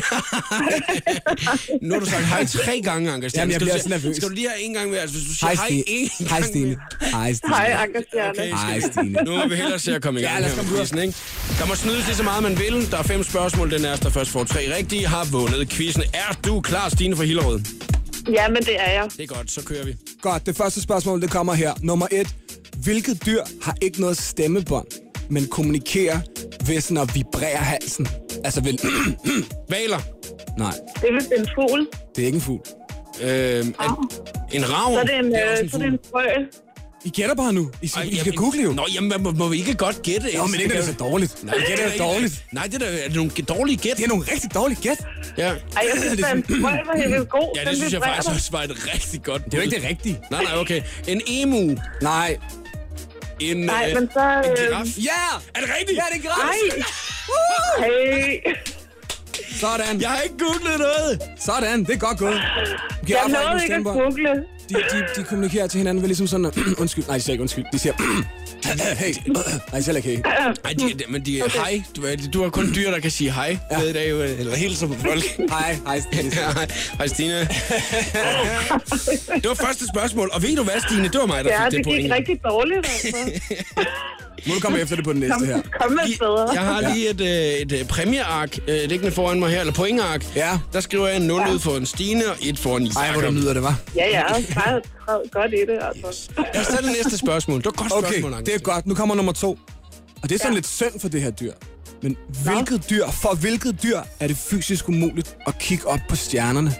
Nu har du sagt hej 3 gange, Ankerstjerne. Jamen, jeg bliver så nervøs. Skal du lige have en gang mere? Altså, hvis du siger hej en gang Hej, Stine. Hej, Stine. Hej, Ankerstjerne. Okay, hej, Stine. Nu må vi hellere se at komme i gang her med quizzen, ikke? Der må snydes lige så meget, man vil. Der er 5 spørgsmål. Den er, der først får 3 rigtige, har vundet quizzen. Er du klar, Stine fra Hillerød? Ja, men det er jeg. Det er godt, så kører vi. Godt, det første spørgsmål, det kommer her. Nummer 1. Hvilket dyr har ikke noget stemmebånd, men kommunikerer ved sådan at vibrere halsen? Altså vil... Valer. Nej. Det er vist en fugl. Det er ikke en fugl. En ravn. Så er det en frø. I gætter bare nu. I skal google jo. Nå, jamen, må vi ikke godt gætte? Nå, men det er så dårligt. Nej, det er dårligt. Nej, det er nogle dårlige gæt. Det er nogle rigtig dårlige gæt. Ja. Ej, jeg synes, at en frø var helt god. Ja, det synes jeg faktisk også var et rigtig godt. Det er jo ikke det rigtige. Nej, okay. En emu. Nej. Nej, men så... En giraf. Ja! Er det rigtigt? Ja, det er giraf. Nej. Hey. Sådan. Jeg har ikke googlet noget. Sådan, det er godt gået. Jeg nåede ikke at google. De kommunikerer til hinanden ved ligesom sådan... undskyld. Nej, de siger ikke undskyld. De siger... hey. Nej, selv ikke hey. Nej, men de er hej. Du har kun dyr, der kan sige hej. Ja. Ved det jo, eller hilser på folk. Hej, Stine. Hej, Stine. Det var første spørgsmål. Og ved du hvad, Stine? Det var mig, der fik det point. Ja, det gik rigtig dårligt, altså. Nu du kommer efter det på den næste her. Kom med bedre. Jeg har lige et præmieark liggende foran mig her, eller pointark. Ja. Der skriver jeg 0 ud for en Stine og 1 for en Jakob. Ej, hvor du nyder det, var. Ja, bare godt i det, altså. Jeg stiller det næste spørgsmål. Det var godt spørgsmål, Okay, det er godt. Nu kommer nummer 2. Og det er sådan lidt synd for det her dyr. Men hvilket dyr er det fysisk umuligt at kigge op på stjernerne?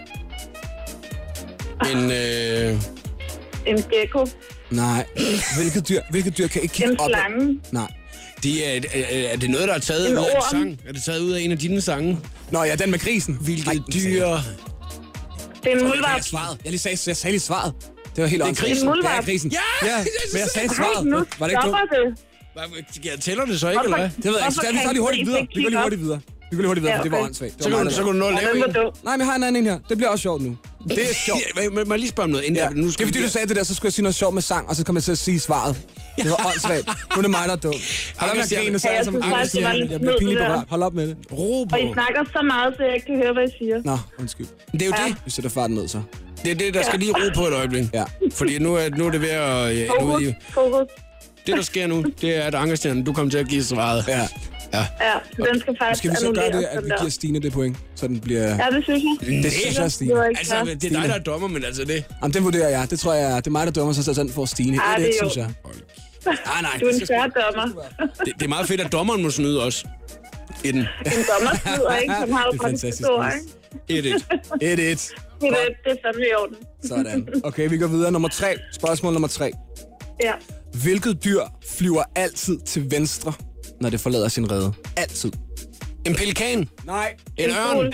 En gecko. Nej. Hvilket dyr kan ikke kigge op? En slange. Nej. Er det noget, der er taget ud af en sang? Er det taget ud af en af dine sange? Nå ja, den med grisen. Hvilket dyr? Det er en muldvarp. Jeg sagde lige svaret. Det var helt åndssvagt. Det er en muldvarp. Det er grisen. Ja, men jeg sagde svaret. Nu Var det ikke stopper dumt? det. Jeg tæller det så ikke, eller hvad? Det ved jeg ikke. Vi går lige hurtigt videre. Vi går lige hurtigt videre. For det var åndssvagt. Så kan du nå at lave en. Nej, men jeg har en anden en her. Det bliver også sjovt nu. Det er sjovt. Må jeg lige spørge om noget? Ja. Det er fordi, du sagde det der, så skulle jeg sige noget sjovt med sang, og så kom jeg til at sige svaret. Det var åndssvagt. Nu er det mig, der er dum. Hold op med at grine, så jeg som jeg bliver pinligt berørt. Hold op med det. Og I snakker så meget, så jeg ikke kan høre, hvad I siger. Nå, undskyld. Det er jo det. Vi sætter farten ned, så. Det er det, der skal lige ro på et øjeblik. Ja. Fordi nu er det ved at... Fokus. Det, der sker nu, det er, at Ankerstjerne, du kommer til at give svaret. Ja. Ja, den skal faktisk skal vi så gøre det, at vi giver Stine det point, så den bliver... Ja, det synes jeg. Det synes jeg, Stine. Altså, det er dig, der er dommer, men altså det... Jamen, den vurderer jeg. Det tror jeg, det er mig, der dømmer, så sådan får Stine. Det er synes jeg. Nej. Du er en færre dommer. Det er meget fedt, at dommeren må snyde også. En dommer snyder, ikke? Som har jo fantastisk. 1-1. 1-1. Det er fandme i orden. Sådan. Okay, vi går videre. Nummer 3. Spørgsmål nummer 3. Ja. Hvilket dyr flyver altid til venstre, når det forlader sin rede? Altid. En pelikan. Nej. En ørn.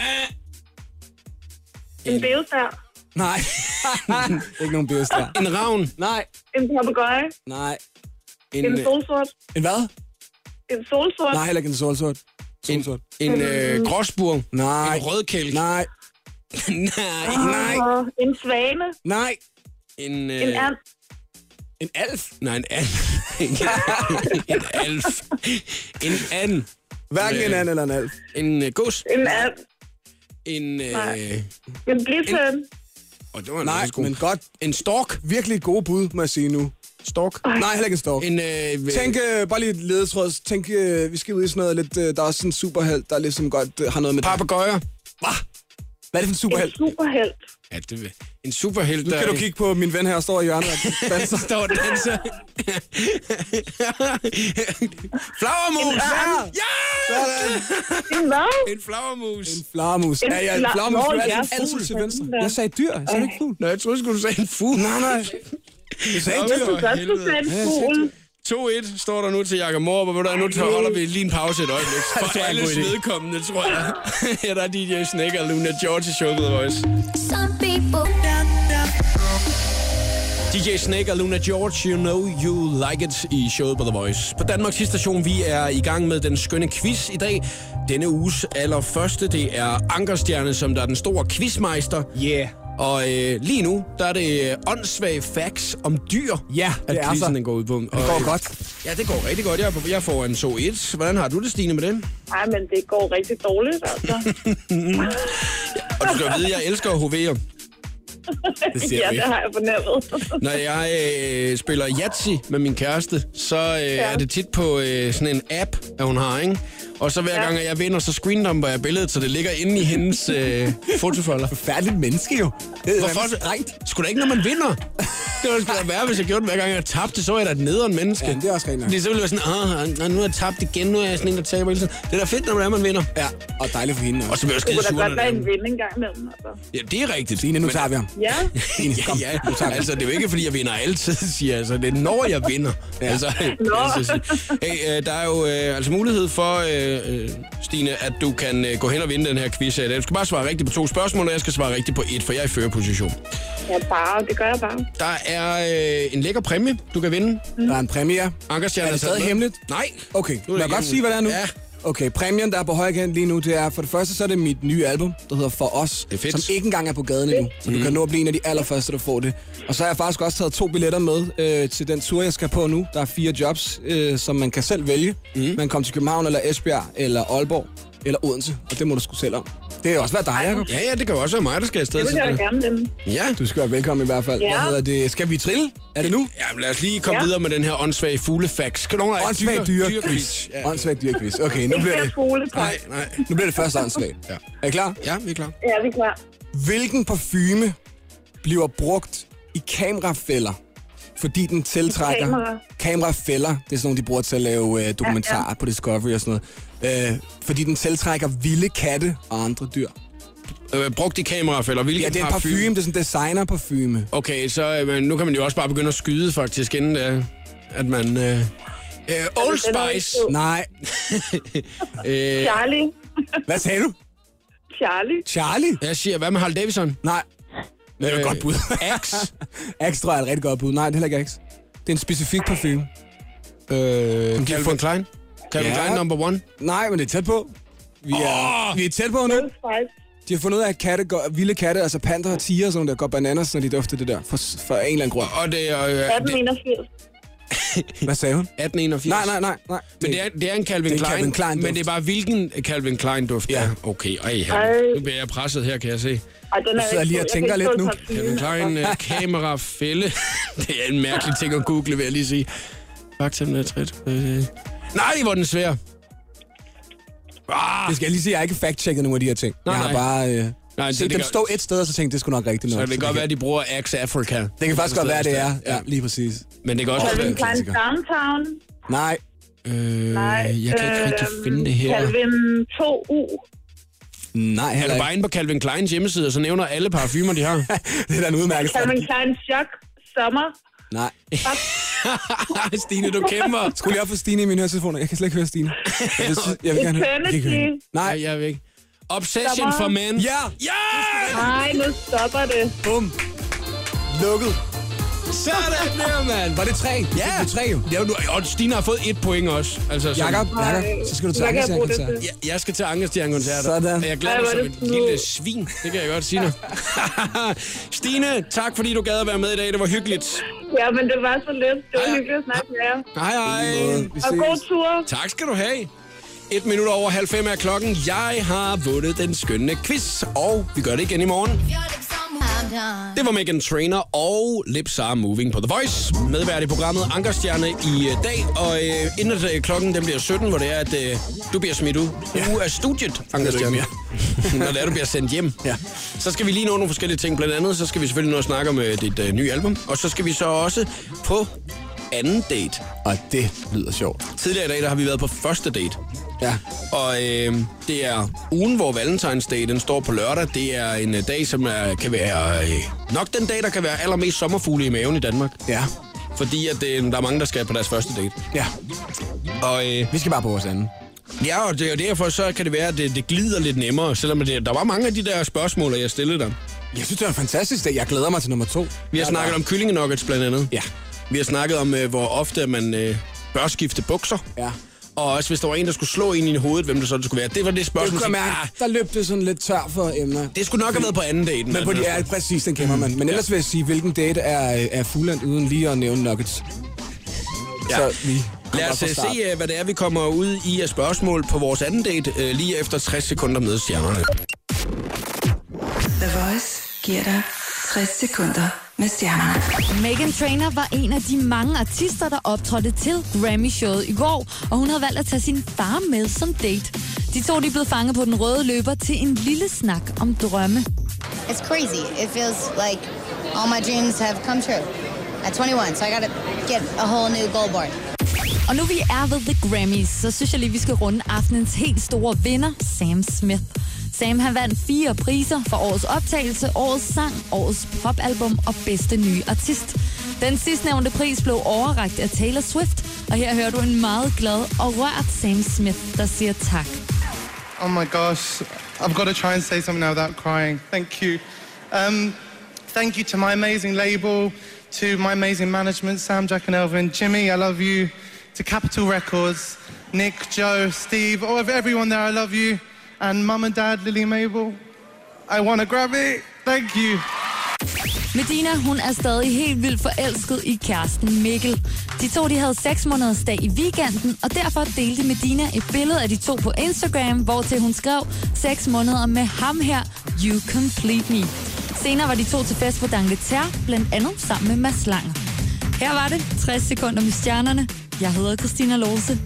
En bævestær. Nej. Ikke nogen bævestær. En ravn. Nej. En papegøje. Nej. En solsort. En hvad? En solsort. Nej, heller ikke en solsort. En gråsbur. Nej. En rødkælk. Nej. Nej. En svane. Nej. En and. En alf. Nej, en and. En alf. En and. Hverken en and eller en alf. En gås. En and. En... En blitøn. Nej, men godt. En stork. Virkelig gode bud, må jeg sige nu. Stork? Nej, heller ikke en stork. Tænk, bare lige et ledetråd. Tænk, vi skal ud i sådan noget lidt... der er også sådan en superhelt, der ligesom godt har noget med... Papagøjer. Hvad er det for en superhelt? En superhelt. Ja, det vil. En superhelt, nu kan du kigge på min ven her, står i hjørnet og danser. Står og danser. Flagermus! Ja! En flagermus. En flagermus. Ja, en flagermus. Du er altid til venstre. Jeg sagde dyr. Jeg sagde ikke fugl. Nå, jeg troede, du sagde en fugl. Nej. Jeg sagde dyr. 2-1 står der nu til Jakob Morup, og nu holder vi lige en pause et øjeblik. For alles vedkommende, tror jeg. Her der er DJ Snake og Luna George i showet The Voice. DJ Snake og Luna George, You Know You Like It i showet på The Voice. På Danmarks station, vi er i gang med den skønne quiz i dag. Denne uges allerførste, det er Ankerstjerne, som der er den store quizmeister. Yeah. Og lige nu, der er det åndssvage facts om dyr, ja, det at quizzen går ud på. Det går godt. Ja, det går rigtig godt. Jeg får en 2-1. Hvordan har du det, Stine, med den? Nej, men det går rigtig dårligt, altså. Og du skal vide, jeg elsker at hovere. Det har jeg fornemmet. Når jeg spiller Yahtzee med min kæreste, så er det tit på sådan en app, at hun har, ikke? Og så hver gang, jeg vinder, så screendumper jeg billedet, så det ligger inde i hendes fotofolder. Forfærdeligt menneske jo. Hvorfor? Sgu da ikke, når man vinder. Det ville sgu da være, hvis jeg gjorde det hver gang, jeg tabte, så er jeg da et nederen menneske. Ja, det er også rent. Fordi så ville det være sådan, nu har jeg tabt igen, nu er jeg sådan en, der taber hele tiden. Det er da fedt, når man vinder. Ja, og dejligt for hende. Og så bliver jeg skide sur. Det kunne da godt være en vind en gang imellem, altså. Ja, det er rigtigt. Stine, nu tager vi ham. Ja. Ja, altså det er jo ikke, fordi jeg vinder altid, siger jeg. Altså, det er når jeg vinder. Ja. Altså, hey, der er jo altså mulighed for, Stine, at du kan gå hen og vinde den her quiz. Du skal bare svare rigtigt på 2 spørgsmål, og jeg skal svare rigtigt på 1, for jeg er i førerposition. Ja, det gør jeg bare. Der er en lækker præmie, du kan vinde. Der er en præmie. Ankerstjerne er det stadig hemmeligt? Nej. Okay, må jeg godt sige, hvad det er nu? Ja. Okay, præmien, der er på højre kant lige nu, det er for det første, så er det mit nye album, der hedder For Os, som ikke engang er på gaden endnu. Så du kan nå at blive en af de allerførste, der får det. Og så har jeg faktisk også taget 2 billetter med til den tur, jeg skal på nu. Der er 4 jobs, som man kan selv vælge. Man kan komme til København, eller Esbjerg, eller Aalborg, eller Odense, og det må du sgu selv om. Det kan også være dig, Jacob. Ja, det kan også være mig, der skal afsted. Det vil jeg gerne dem. Ja. Du skal være velkommen i hvert fald. Ja. Hvad hedder det? Skal vi trille? Er det nu? Ja, lad os lige komme videre med den her åndssvage fuglefacts. Åndssvag dyrequiz. Åndssvag dyrequiz. Okay, nu bliver det... Nej. Nu bliver det først åndssvagt. Ja. Er I klar? Ja, vi er klar. Ja, vi er klar. Hvilken parfume bliver brugt i kamerafælder, fordi den tiltrækker... Kamerafælder, det er sådan nogle, de bruger til at lave dokumentarer på Discovery og sådan noget. Fordi den tiltrækker vilde katte og andre dyr. Brugt i kamerafælder. Hvilken det er en parfume. Det er sådan en designer-parfume. Okay, så nu kan man jo også bare begynde at skyde, faktisk, inden at man... Old Spice. Nej. Charlie. Hvad sagde du? Charlie. Jeg siger, hvad med Harley Davidson? Nej. Det er et godt bud. Axe. Axe tror jeg er et rigtig godt bud. Nej, det er heller ikke Axe. Det er en specifik parfume. Calvin Klein? Calvin Klein number 1? Nej, men det er tæt på. Vi er tæt på nu. De har fundet ud af, at vilde katte, altså panter og tiger, sådan der går bananas, når de dufter det der, for en eller anden grund. Og det er... 1881. Hvad sagde hun? 1881? Nej. Men det er en Calvin Klein, men det er bare hvilken Calvin Klein duft? Ja. Okay, nu bliver jeg presset her, kan jeg se. Den er så jeg lige og tænker lidt nu. Calvin Klein kamerafælde. Det er en mærkelig ting at google, vil jeg lige sige. Faktum er træt. Nej, hvor den svær. Det skal jeg lige sige, jeg har ikke fact-checket nogle af de her ting. Jeg har bare set dem stå et sted, og så tænkte det skulle nok rigtigt nok. Så det kan godt være, at de bruger Axe Africa. Det kan faktisk godt være, det er. Ja, lige præcis. Men det kan også Calvin Klein Downtown. Nej. Jeg kan ikke rigtig finde det her. Calvin 2U. Nej, heller ikke. Er du bare inde på Calvin Kleins hjemmeside, og så nævner alle parfumer, de har? Det er da en udmærket Calvin Klein Shock Summer. Nej. Stine, du kæmper. Skulle jeg op for Stine i min høretelefoner? Jeg kan slet ikke høre Stine. Jeg vil gerne høre. Nej, jeg vil ikke. Obsession for Men. Ja! Nej, nu stopper det. Bum. Lukket. Sådan der, mand. Var det 3? Ja. Det 3 jo. Ja, og Stine har fået 1 point også. Altså, Jakob, så skal du til Ankerstjerne-koncert. Jeg skal til Ankerstjerne-koncert. Sådan. Jeg glæder mig som et lille svin. Det kan jeg godt sige nu. Stine, tak fordi du gad at være med i dag. Det var hyggeligt. Ja, men det var så lidt. Det var hyggeligt at snakke med jer. Hej. Og god tur. Tak skal du have. 1 minut over 4:30 er klokken. Jeg har vundet den skønne quiz, og vi gør det igen i morgen. Det var Meghan Trainor og Lips Are Moving på The Voice. Medvært i programmet Ankerstjerne i dag. Og inden klokken den bliver 17, hvor det er, at du bliver smidt ud af studiet, Ankerstjerne. Når det er, du bliver sendt hjem. Ja. Så skal vi lige nå nogle forskellige ting. Blandt andet, så skal vi selvfølgelig nå at snakke om dit nye album. Og så skal vi så også på anden date. Og det lyder sjovt. Tidligere i dag, der har vi været på første date. Ja. Og det er ugen, hvor Valentine's Day, den står på lørdag. Det er en dag, som kan være nok den dag, der kan være allermest sommerfugle i maven i Danmark. Ja. Fordi at der er mange, der skal på deres første date. Ja. Og vi skal bare på vores anden. Ja, og derfor så kan det være, at det glider lidt nemmere, selvom der var mange af de der spørgsmål, jeg stillede dig. Jeg synes, det var en fantastisk dag. Jeg glæder mig til nummer 2. Vi har snakket om kyllingenuggets blandt andet. Ja. Vi har snakket om, hvor ofte man bør skifte bukser. Ja. Og også hvis der var en, der skulle slå ind i hovedet, hvem det så skulle være. Det var det spørgsmål. Der løb det sådan lidt tør for emner. Det skulle nok have været på anden date. Men på de er præcis, den kender man. Men ellers vil jeg sige, hvilken date er fuldendt uden lige at nævne nuggets. Ja. Så lad os se, hvad det er, vi kommer ud i af spørgsmål på vores anden date, lige efter 60 sekunder med stjernerne. The Voice giver dig 60 sekunder med stjernerne. Meghan Trainor var en af de mange artister, der optrådte til Grammy-showet i går, og hun havde valgt at tage sin far med som date. De to de blev fanget på den røde løber til en lille snak om drømme. It's crazy. It feels like all my dreams have come true. At 21, so I gotta get a whole new goal board. Og nu vi er ved The Grammys, så synes jeg lige, vi skal runde aftenens helt store vinder, Sam Smith. Sam han vandt 4 priser for årets optagelse, årets sang, årets popalbum og bedste nye artist. Den sidstnævnte pris blev overrakt af Taylor Swift, og her hører du en meget glad og rørt Sam Smith, der siger tak. Oh my gosh, I've got to try and say something now without crying. Thank you. Thank you to my amazing label, to my amazing management, Sam, Jack and Elvin, Jimmy, I love you, to Capitol Records, Nick, Joe, Steve, everyone there, I love you. And mum and dad, Lily Mabel, I want a Grammy. Thank you. Medina, hun er stadig helt vildt forelsket i kæresten Mikkel. De to de havde 6 måneders dag i weekenden, og derfor delte Medina et billede af de to på Instagram, hvor til hun skrev 6 måneder med ham her, you complete me. Senere var de to til fest på D'Angleterre, blandt andet sammen med Mads Langer. Her var det 60 sekunder med stjernerne. Jeg hedder Christina Lose.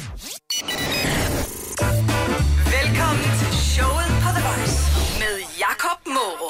Velkommen til showet på The Voice med Jakob Morup.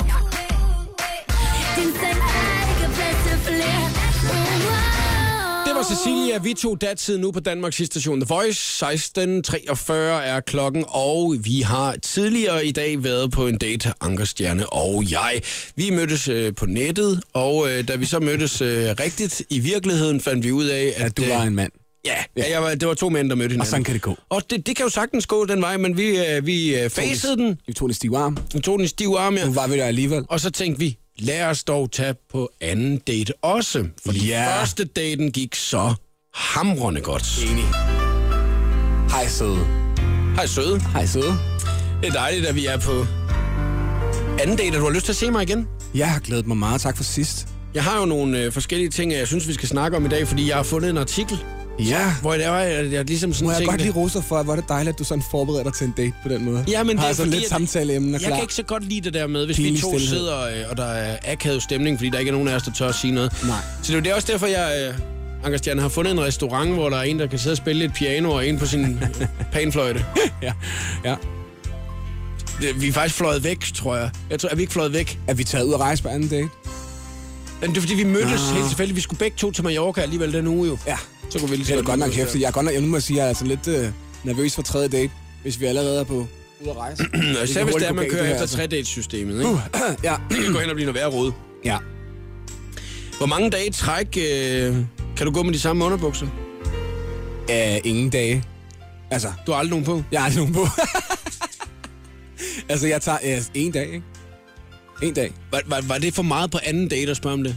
Det var Cecilia, vi tog datid nu på Danmarks station The Voice. 16:43 er klokken, og vi har tidligere i dag været på en date, Ankerstjerne og jeg. Vi mødtes på nettet, og da vi så mødtes rigtigt i virkeligheden, fandt vi ud af, at du var en mand. Ja, det var 2 mænd, der mødte hinanden. Og sådan kan det gå. Og det kan jo sagtens gå den vej, men vi facede den. Vi tog den stiv arm. Vi tog den i stiv arm, ja. Nu var vi der alligevel. Og så tænkte vi, lad os dog tage på anden date også. Fordi første daten gik så hamrende godt. Enig. Hej søde. Hej søde. Hej søde. Det er dejligt, at vi er på anden date. Du har lyst til at se mig igen? Jeg har glædet mig meget. Tak for sidst. Jeg har jo nogle forskellige ting, jeg synes, vi skal snakke om i dag, fordi jeg har fundet en artikel. Ja. Hvor jeg ligesom sådan må jeg tænkte, godt lige rose dig for, hvor er det dejligt, at du sådan forbereder dig til en date på den måde. Ja, men det er fordi, lidt samtaleemner klar. Jeg kan ikke så godt lide det der med, hvis vi to sidder, og der er akavet stemning, fordi der ikke er nogen af os, der tør at sige noget. Nej. Så det er også derfor, jeg, Ankerstjerne, har fundet en restaurant, hvor der er en, der kan sidde og spille lidt piano, og en på sin panfløjte. Ja. Vi er faktisk fløjet væk, tror jeg. Er vi ikke fløjet væk? Er vi taget ud at rejse på anden date? Men det er fordi, vi mødtes helt tilfældigt. Vi skulle begge to til Mallorca alligevel den uge jo. Ja. Så kunne vi lige det er godt nok hæftigt. Nu må jeg sige, at jeg er altså lidt nervøs for 3. date, hvis vi allerede er på ud at rejse. Især hvis det er, man kører efter 3-dates-systemet, ikke? Ja. Det kan gå hen og blive noget værre rod. Ja. Hvor mange dage træk kan du gå med de samme underbukser? Ingen dage. Altså. Du har aldrig nogen på? Jeg har aldrig nogen på. Altså, jeg tager 1 dag, ikke? 1 dag. Var det for meget på anden date at spørge om det?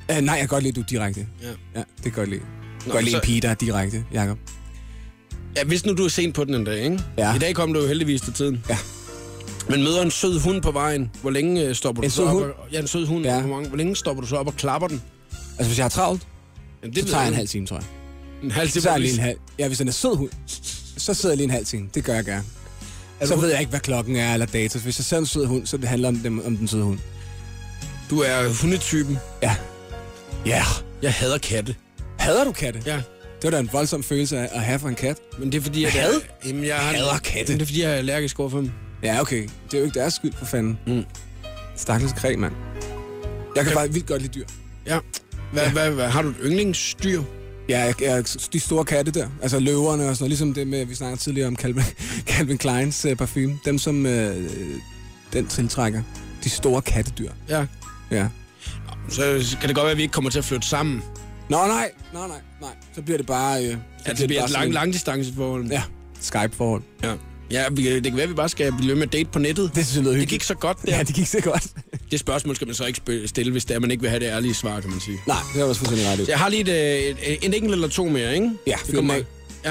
Nej, jeg kan godt lide, du er direkte. Ja, det kan godt lide. Jeg kan godt lide en pige, der er direkte, Jacob. Ja, hvis nu du er sent på den en dag, ikke? Ja. I dag kom du jo heldigvis til tiden. Ja. Men møder en sød hund på vejen. Hvor længe stopper du så op? Ja, en sød hund. Ja. Hvor længe stopper du så op og klapper den? Altså, hvis jeg har travlt, det så tager jeg en halv time, tror jeg. En halv time? Så er lige en halv. Ja, hvis den er sød hund, så sidder jeg lige en halv time. Det gør jeg gerne. Så ved jeg ikke, hvad klokken er eller dato. Hvis jeg ser en sød hund, så det handler om den søde hund. Du er hundetypen? Ja. Ja. Jeg hader katte. Hader du katte? Ja. Det var da en voldsom følelse at have for en kat. Men det er fordi, jeg hader katte. Det er fordi, jeg er allergisk over for dem. Ja, okay. Det er jo ikke deres skyld, for fanden. Stakkels kræ, mand. Jeg kan bare vildt godt lide dyr. Ja. Hvad har du et yndlingsdyr? Ja, de store katte der. Altså løverne og sådan noget. Ligesom det med, vi snakkede tidligere om Calvin Kleins parfume. Dem, som den tiltrækker. De store kattedyr. Ja. Ja. Så kan det godt være, at vi ikke kommer til at flytte sammen. Nej. Så bliver det bare... det bliver et langdistanceforhold. Ja, Skype-forhold. Ja, det kan være, at vi bare skal blive med at date på nettet. Det synes jeg lyder hyggeligt. Det gik så godt der. Ja, det gik så godt. Det spørgsmål skal man så ikke stille, hvis det er, man ikke vil have det ærlige svar, kan man sige. Nej, det er også fuldstændig ret. Jeg har lige en enkelt eller to mere, ikke? Ja, fyr dem af. Ja.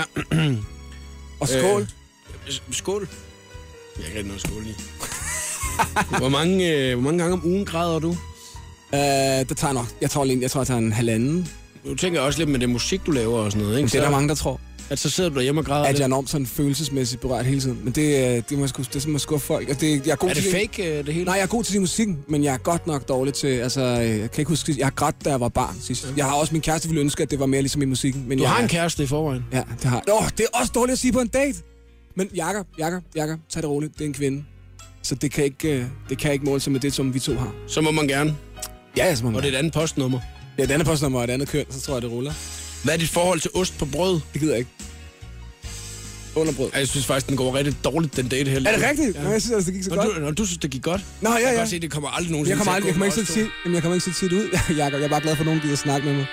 Og skål. Skål? Jeg kan ikke noget skål i. Hvor mange gange om ugen græder du? Det tager nok. Jeg tror, jeg tager en halvanden. Du tænker også lidt med det musik, du laver og sådan noget, ikke? Det er der mange, der tror. At så sidder du derhjemme og græder at jeg er enormt sådan følelsesmæssigt berørt hele tiden. Men det må simpelthen skuffe folk. Og jeg er god er det til fake, det hele? Nej, jeg er god til musikken, men jeg er godt nok dårlig til... Altså, jeg kan ikke huske, jeg har grædt, da jeg var barn sidst. Jeg har også min kæreste ville ønske, at det var mere ligesom i musikken. Men du har en kæreste i forvejen? Ja, det har jeg. Det er også dårligt at sige på en date. Men Jakob, tag det roligt. Det er en kvinde. Så det kan ikke måle sig med det, som vi to har. Så må man gerne? Ja, så må man. Og det er et andet postnummer? Ja, et andet postnummer og et andet køn, så tror jeg, det ruller. Hvad er dit forhold til ost på brød? Det gider jeg ikke. Underbrød. Jeg synes faktisk, den går rigtig dårligt, den date her. Er det rigtigt? Ja. Jeg synes altså, det gik så godt. Du synes, det gik godt? Nå, ja. Jeg kan godt se, det kommer aldrig nogensinde jeg kommer ikke til at sige det ud, Jakob. Jeg er bare glad for, at nogen gider snakke med mig.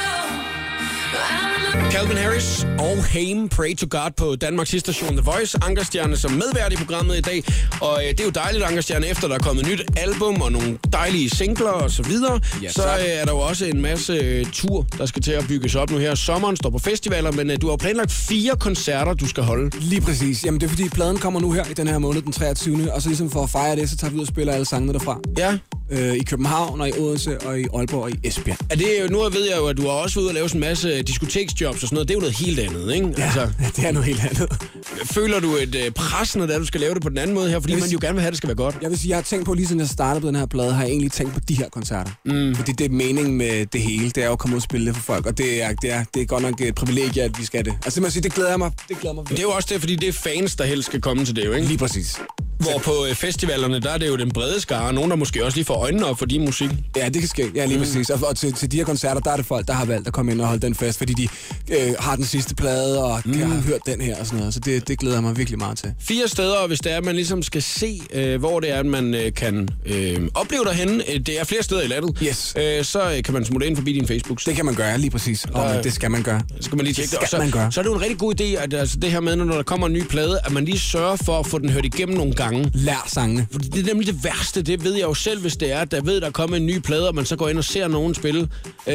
Calvin Harris og Haim, Pray to God på Danmarks station The Voice. Ankerstjerne som medvært i programmet i dag. Og det er jo dejligt, Ankerstjerne, efter der er kommet nyt album og nogle dejlige singler og så videre. Ja, så er der jo også en masse tur, der skal til at bygges op nu her. Sommeren står på festivaler, men du har planlagt 4 koncerter, du skal holde. Lige præcis. Jamen det er fordi, pladen kommer nu her i den her måned, den 23. Og så ligesom for at fejre det, så tager vi ud og spiller alle sangene derfra. Ja. I København og i Odense og i Aalborg og i Esbjerg. Nu ved jeg jo, at du har også været ude og lave sådan en masse diskoteksjobs og sådan noget. Det er jo noget helt andet, ikke? Ja, altså, det er noget helt andet. Føler du et pres, når du skal lave det på den anden måde her? Fordi man jo gerne vil have, at det skal være godt. Jeg vil sige, jeg har tænkt på, lige siden jeg startede på den her plade, har jeg egentlig tænkt på de her koncerter. Fordi det er meningen med det hele. Det er jo at komme ud og spille det for folk. Og det er godt nok et privilegie, at vi skal det. Altså man siger, det glæder mig. Det er jo også det, fordi det er fans, der helst skal komme til det, jo, ikke? Lige præcis. Hvor på festivalerne, der er det jo den brede skare. Nogen, der måske også lige får øjnene op for din musik. Ja, det kan ske. Ja, lige præcis. Og til de her koncerter, der er det folk, der har valgt at komme ind og holde den fest, fordi de har den sidste plade og har hørt den her og sådan noget. Så det glæder jeg mig virkelig meget til. 4 steder, hvis det er, at man ligesom skal se, hvor det er, at man kan opleve dig henne. Det er flere steder i landet. Yes. Så kan man smutte ind forbi din Facebook. Det kan man gøre, lige præcis. Og det skal man gøre. Så skal man lige tjekke det. Så er det jo en rigtig god idé, at altså, det her med, når der kommer en ny plade, at man lige sørger for at få den hørt igennem nogle gange. Lær sangene. Fordi det er nemlig det værste, det ved jeg jo selv, hvis det er, at der er kommet en ny plade, og man så går ind og ser nogen spille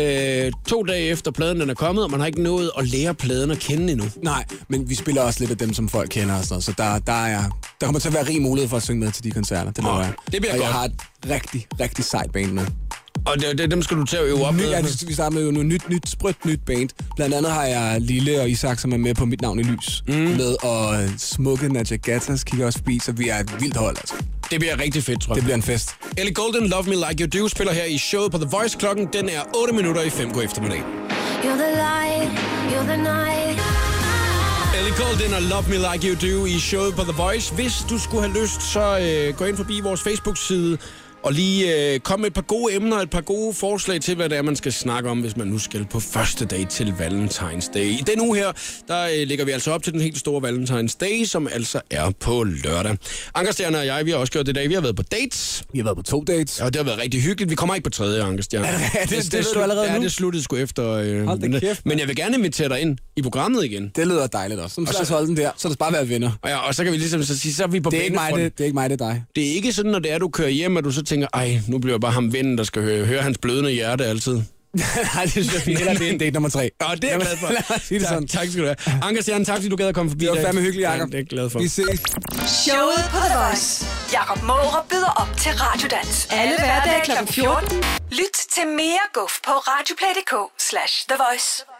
2 dage efter pladen den er kommet, og man har ikke nået at lære pladen at kende endnu. Nej, men vi spiller også lidt af dem, som folk kender og sådan noget, så der kommer til at være rig mulighed for at synge med til de koncerter. Det må være. Det bliver og godt. Jeg har et rigtig, rigtig sejt band med. Og dem skal du til at øve op med? Vi starter med jo noget sprødt nyt band. Blandt andet har jeg Lille og Isak, som er med på Mit Navn i Lys. Med, og smukke Nadja Gattas kigger også forbi, så vi er et vildt hold, altså. Det bliver rigtig fedt, tror jeg. Det bliver en fest. Ellie Goulding, Love Me Like You Do, spiller her i showet på The Voice. Klokken, den er 8 minutter i 5 god eftermiddag. You're the light, you're the night. Ellie Goulding og Love Me Like You Do i showet på The Voice. Hvis du skulle have lyst, så gå ind forbi vores Facebook-side og lige komme med et par gode emner, et par gode forslag til, hvad det er, man skal snakke om, hvis man nu skal på første date til Valentine's Day. I den uge her, der ligger vi altså op til den helt store Valentine's Day, som altså er på lørdag. Ankerstjerne og jeg, vi har også gjort det i dag. Vi har været på dates. Vi har været på 2 dates. Og det har været rigtig hyggeligt. Vi kommer ikke på 3. Ankerstjerne. Det ved du allerede nu? Ja, det sluttede sgu efter. Hold da kæft. Men jeg vil gerne invitere dig ind i programmet igen. Det lyder dejligt også. Så lad os holde den der, så det bare være venner. Og så kan vi ligesom så sige, så er vi på det er ikke mig, det er dig. Det er ikke sådan, når det er, du kører hjem, og du så tænker, nu bliver jeg bare ham vennen, der skal høre hans blødende hjerte altid. Nej, det synes jeg fint. Eller det er en date nummer 3. Det er jeg glad for. Lad mig sige det sådan. Tak skal du have. Anker Stjerne, tak fordi du gad at komme forbi. Det var fandme hyggeligt, Jacob. Det er jeg glad for. Vi ses. Showet på The Voice. Jakob Mårup byder op til Radiodans. Alle hverdage kl. 14. Lyt til mere guf på radioplay.dk/The Voice.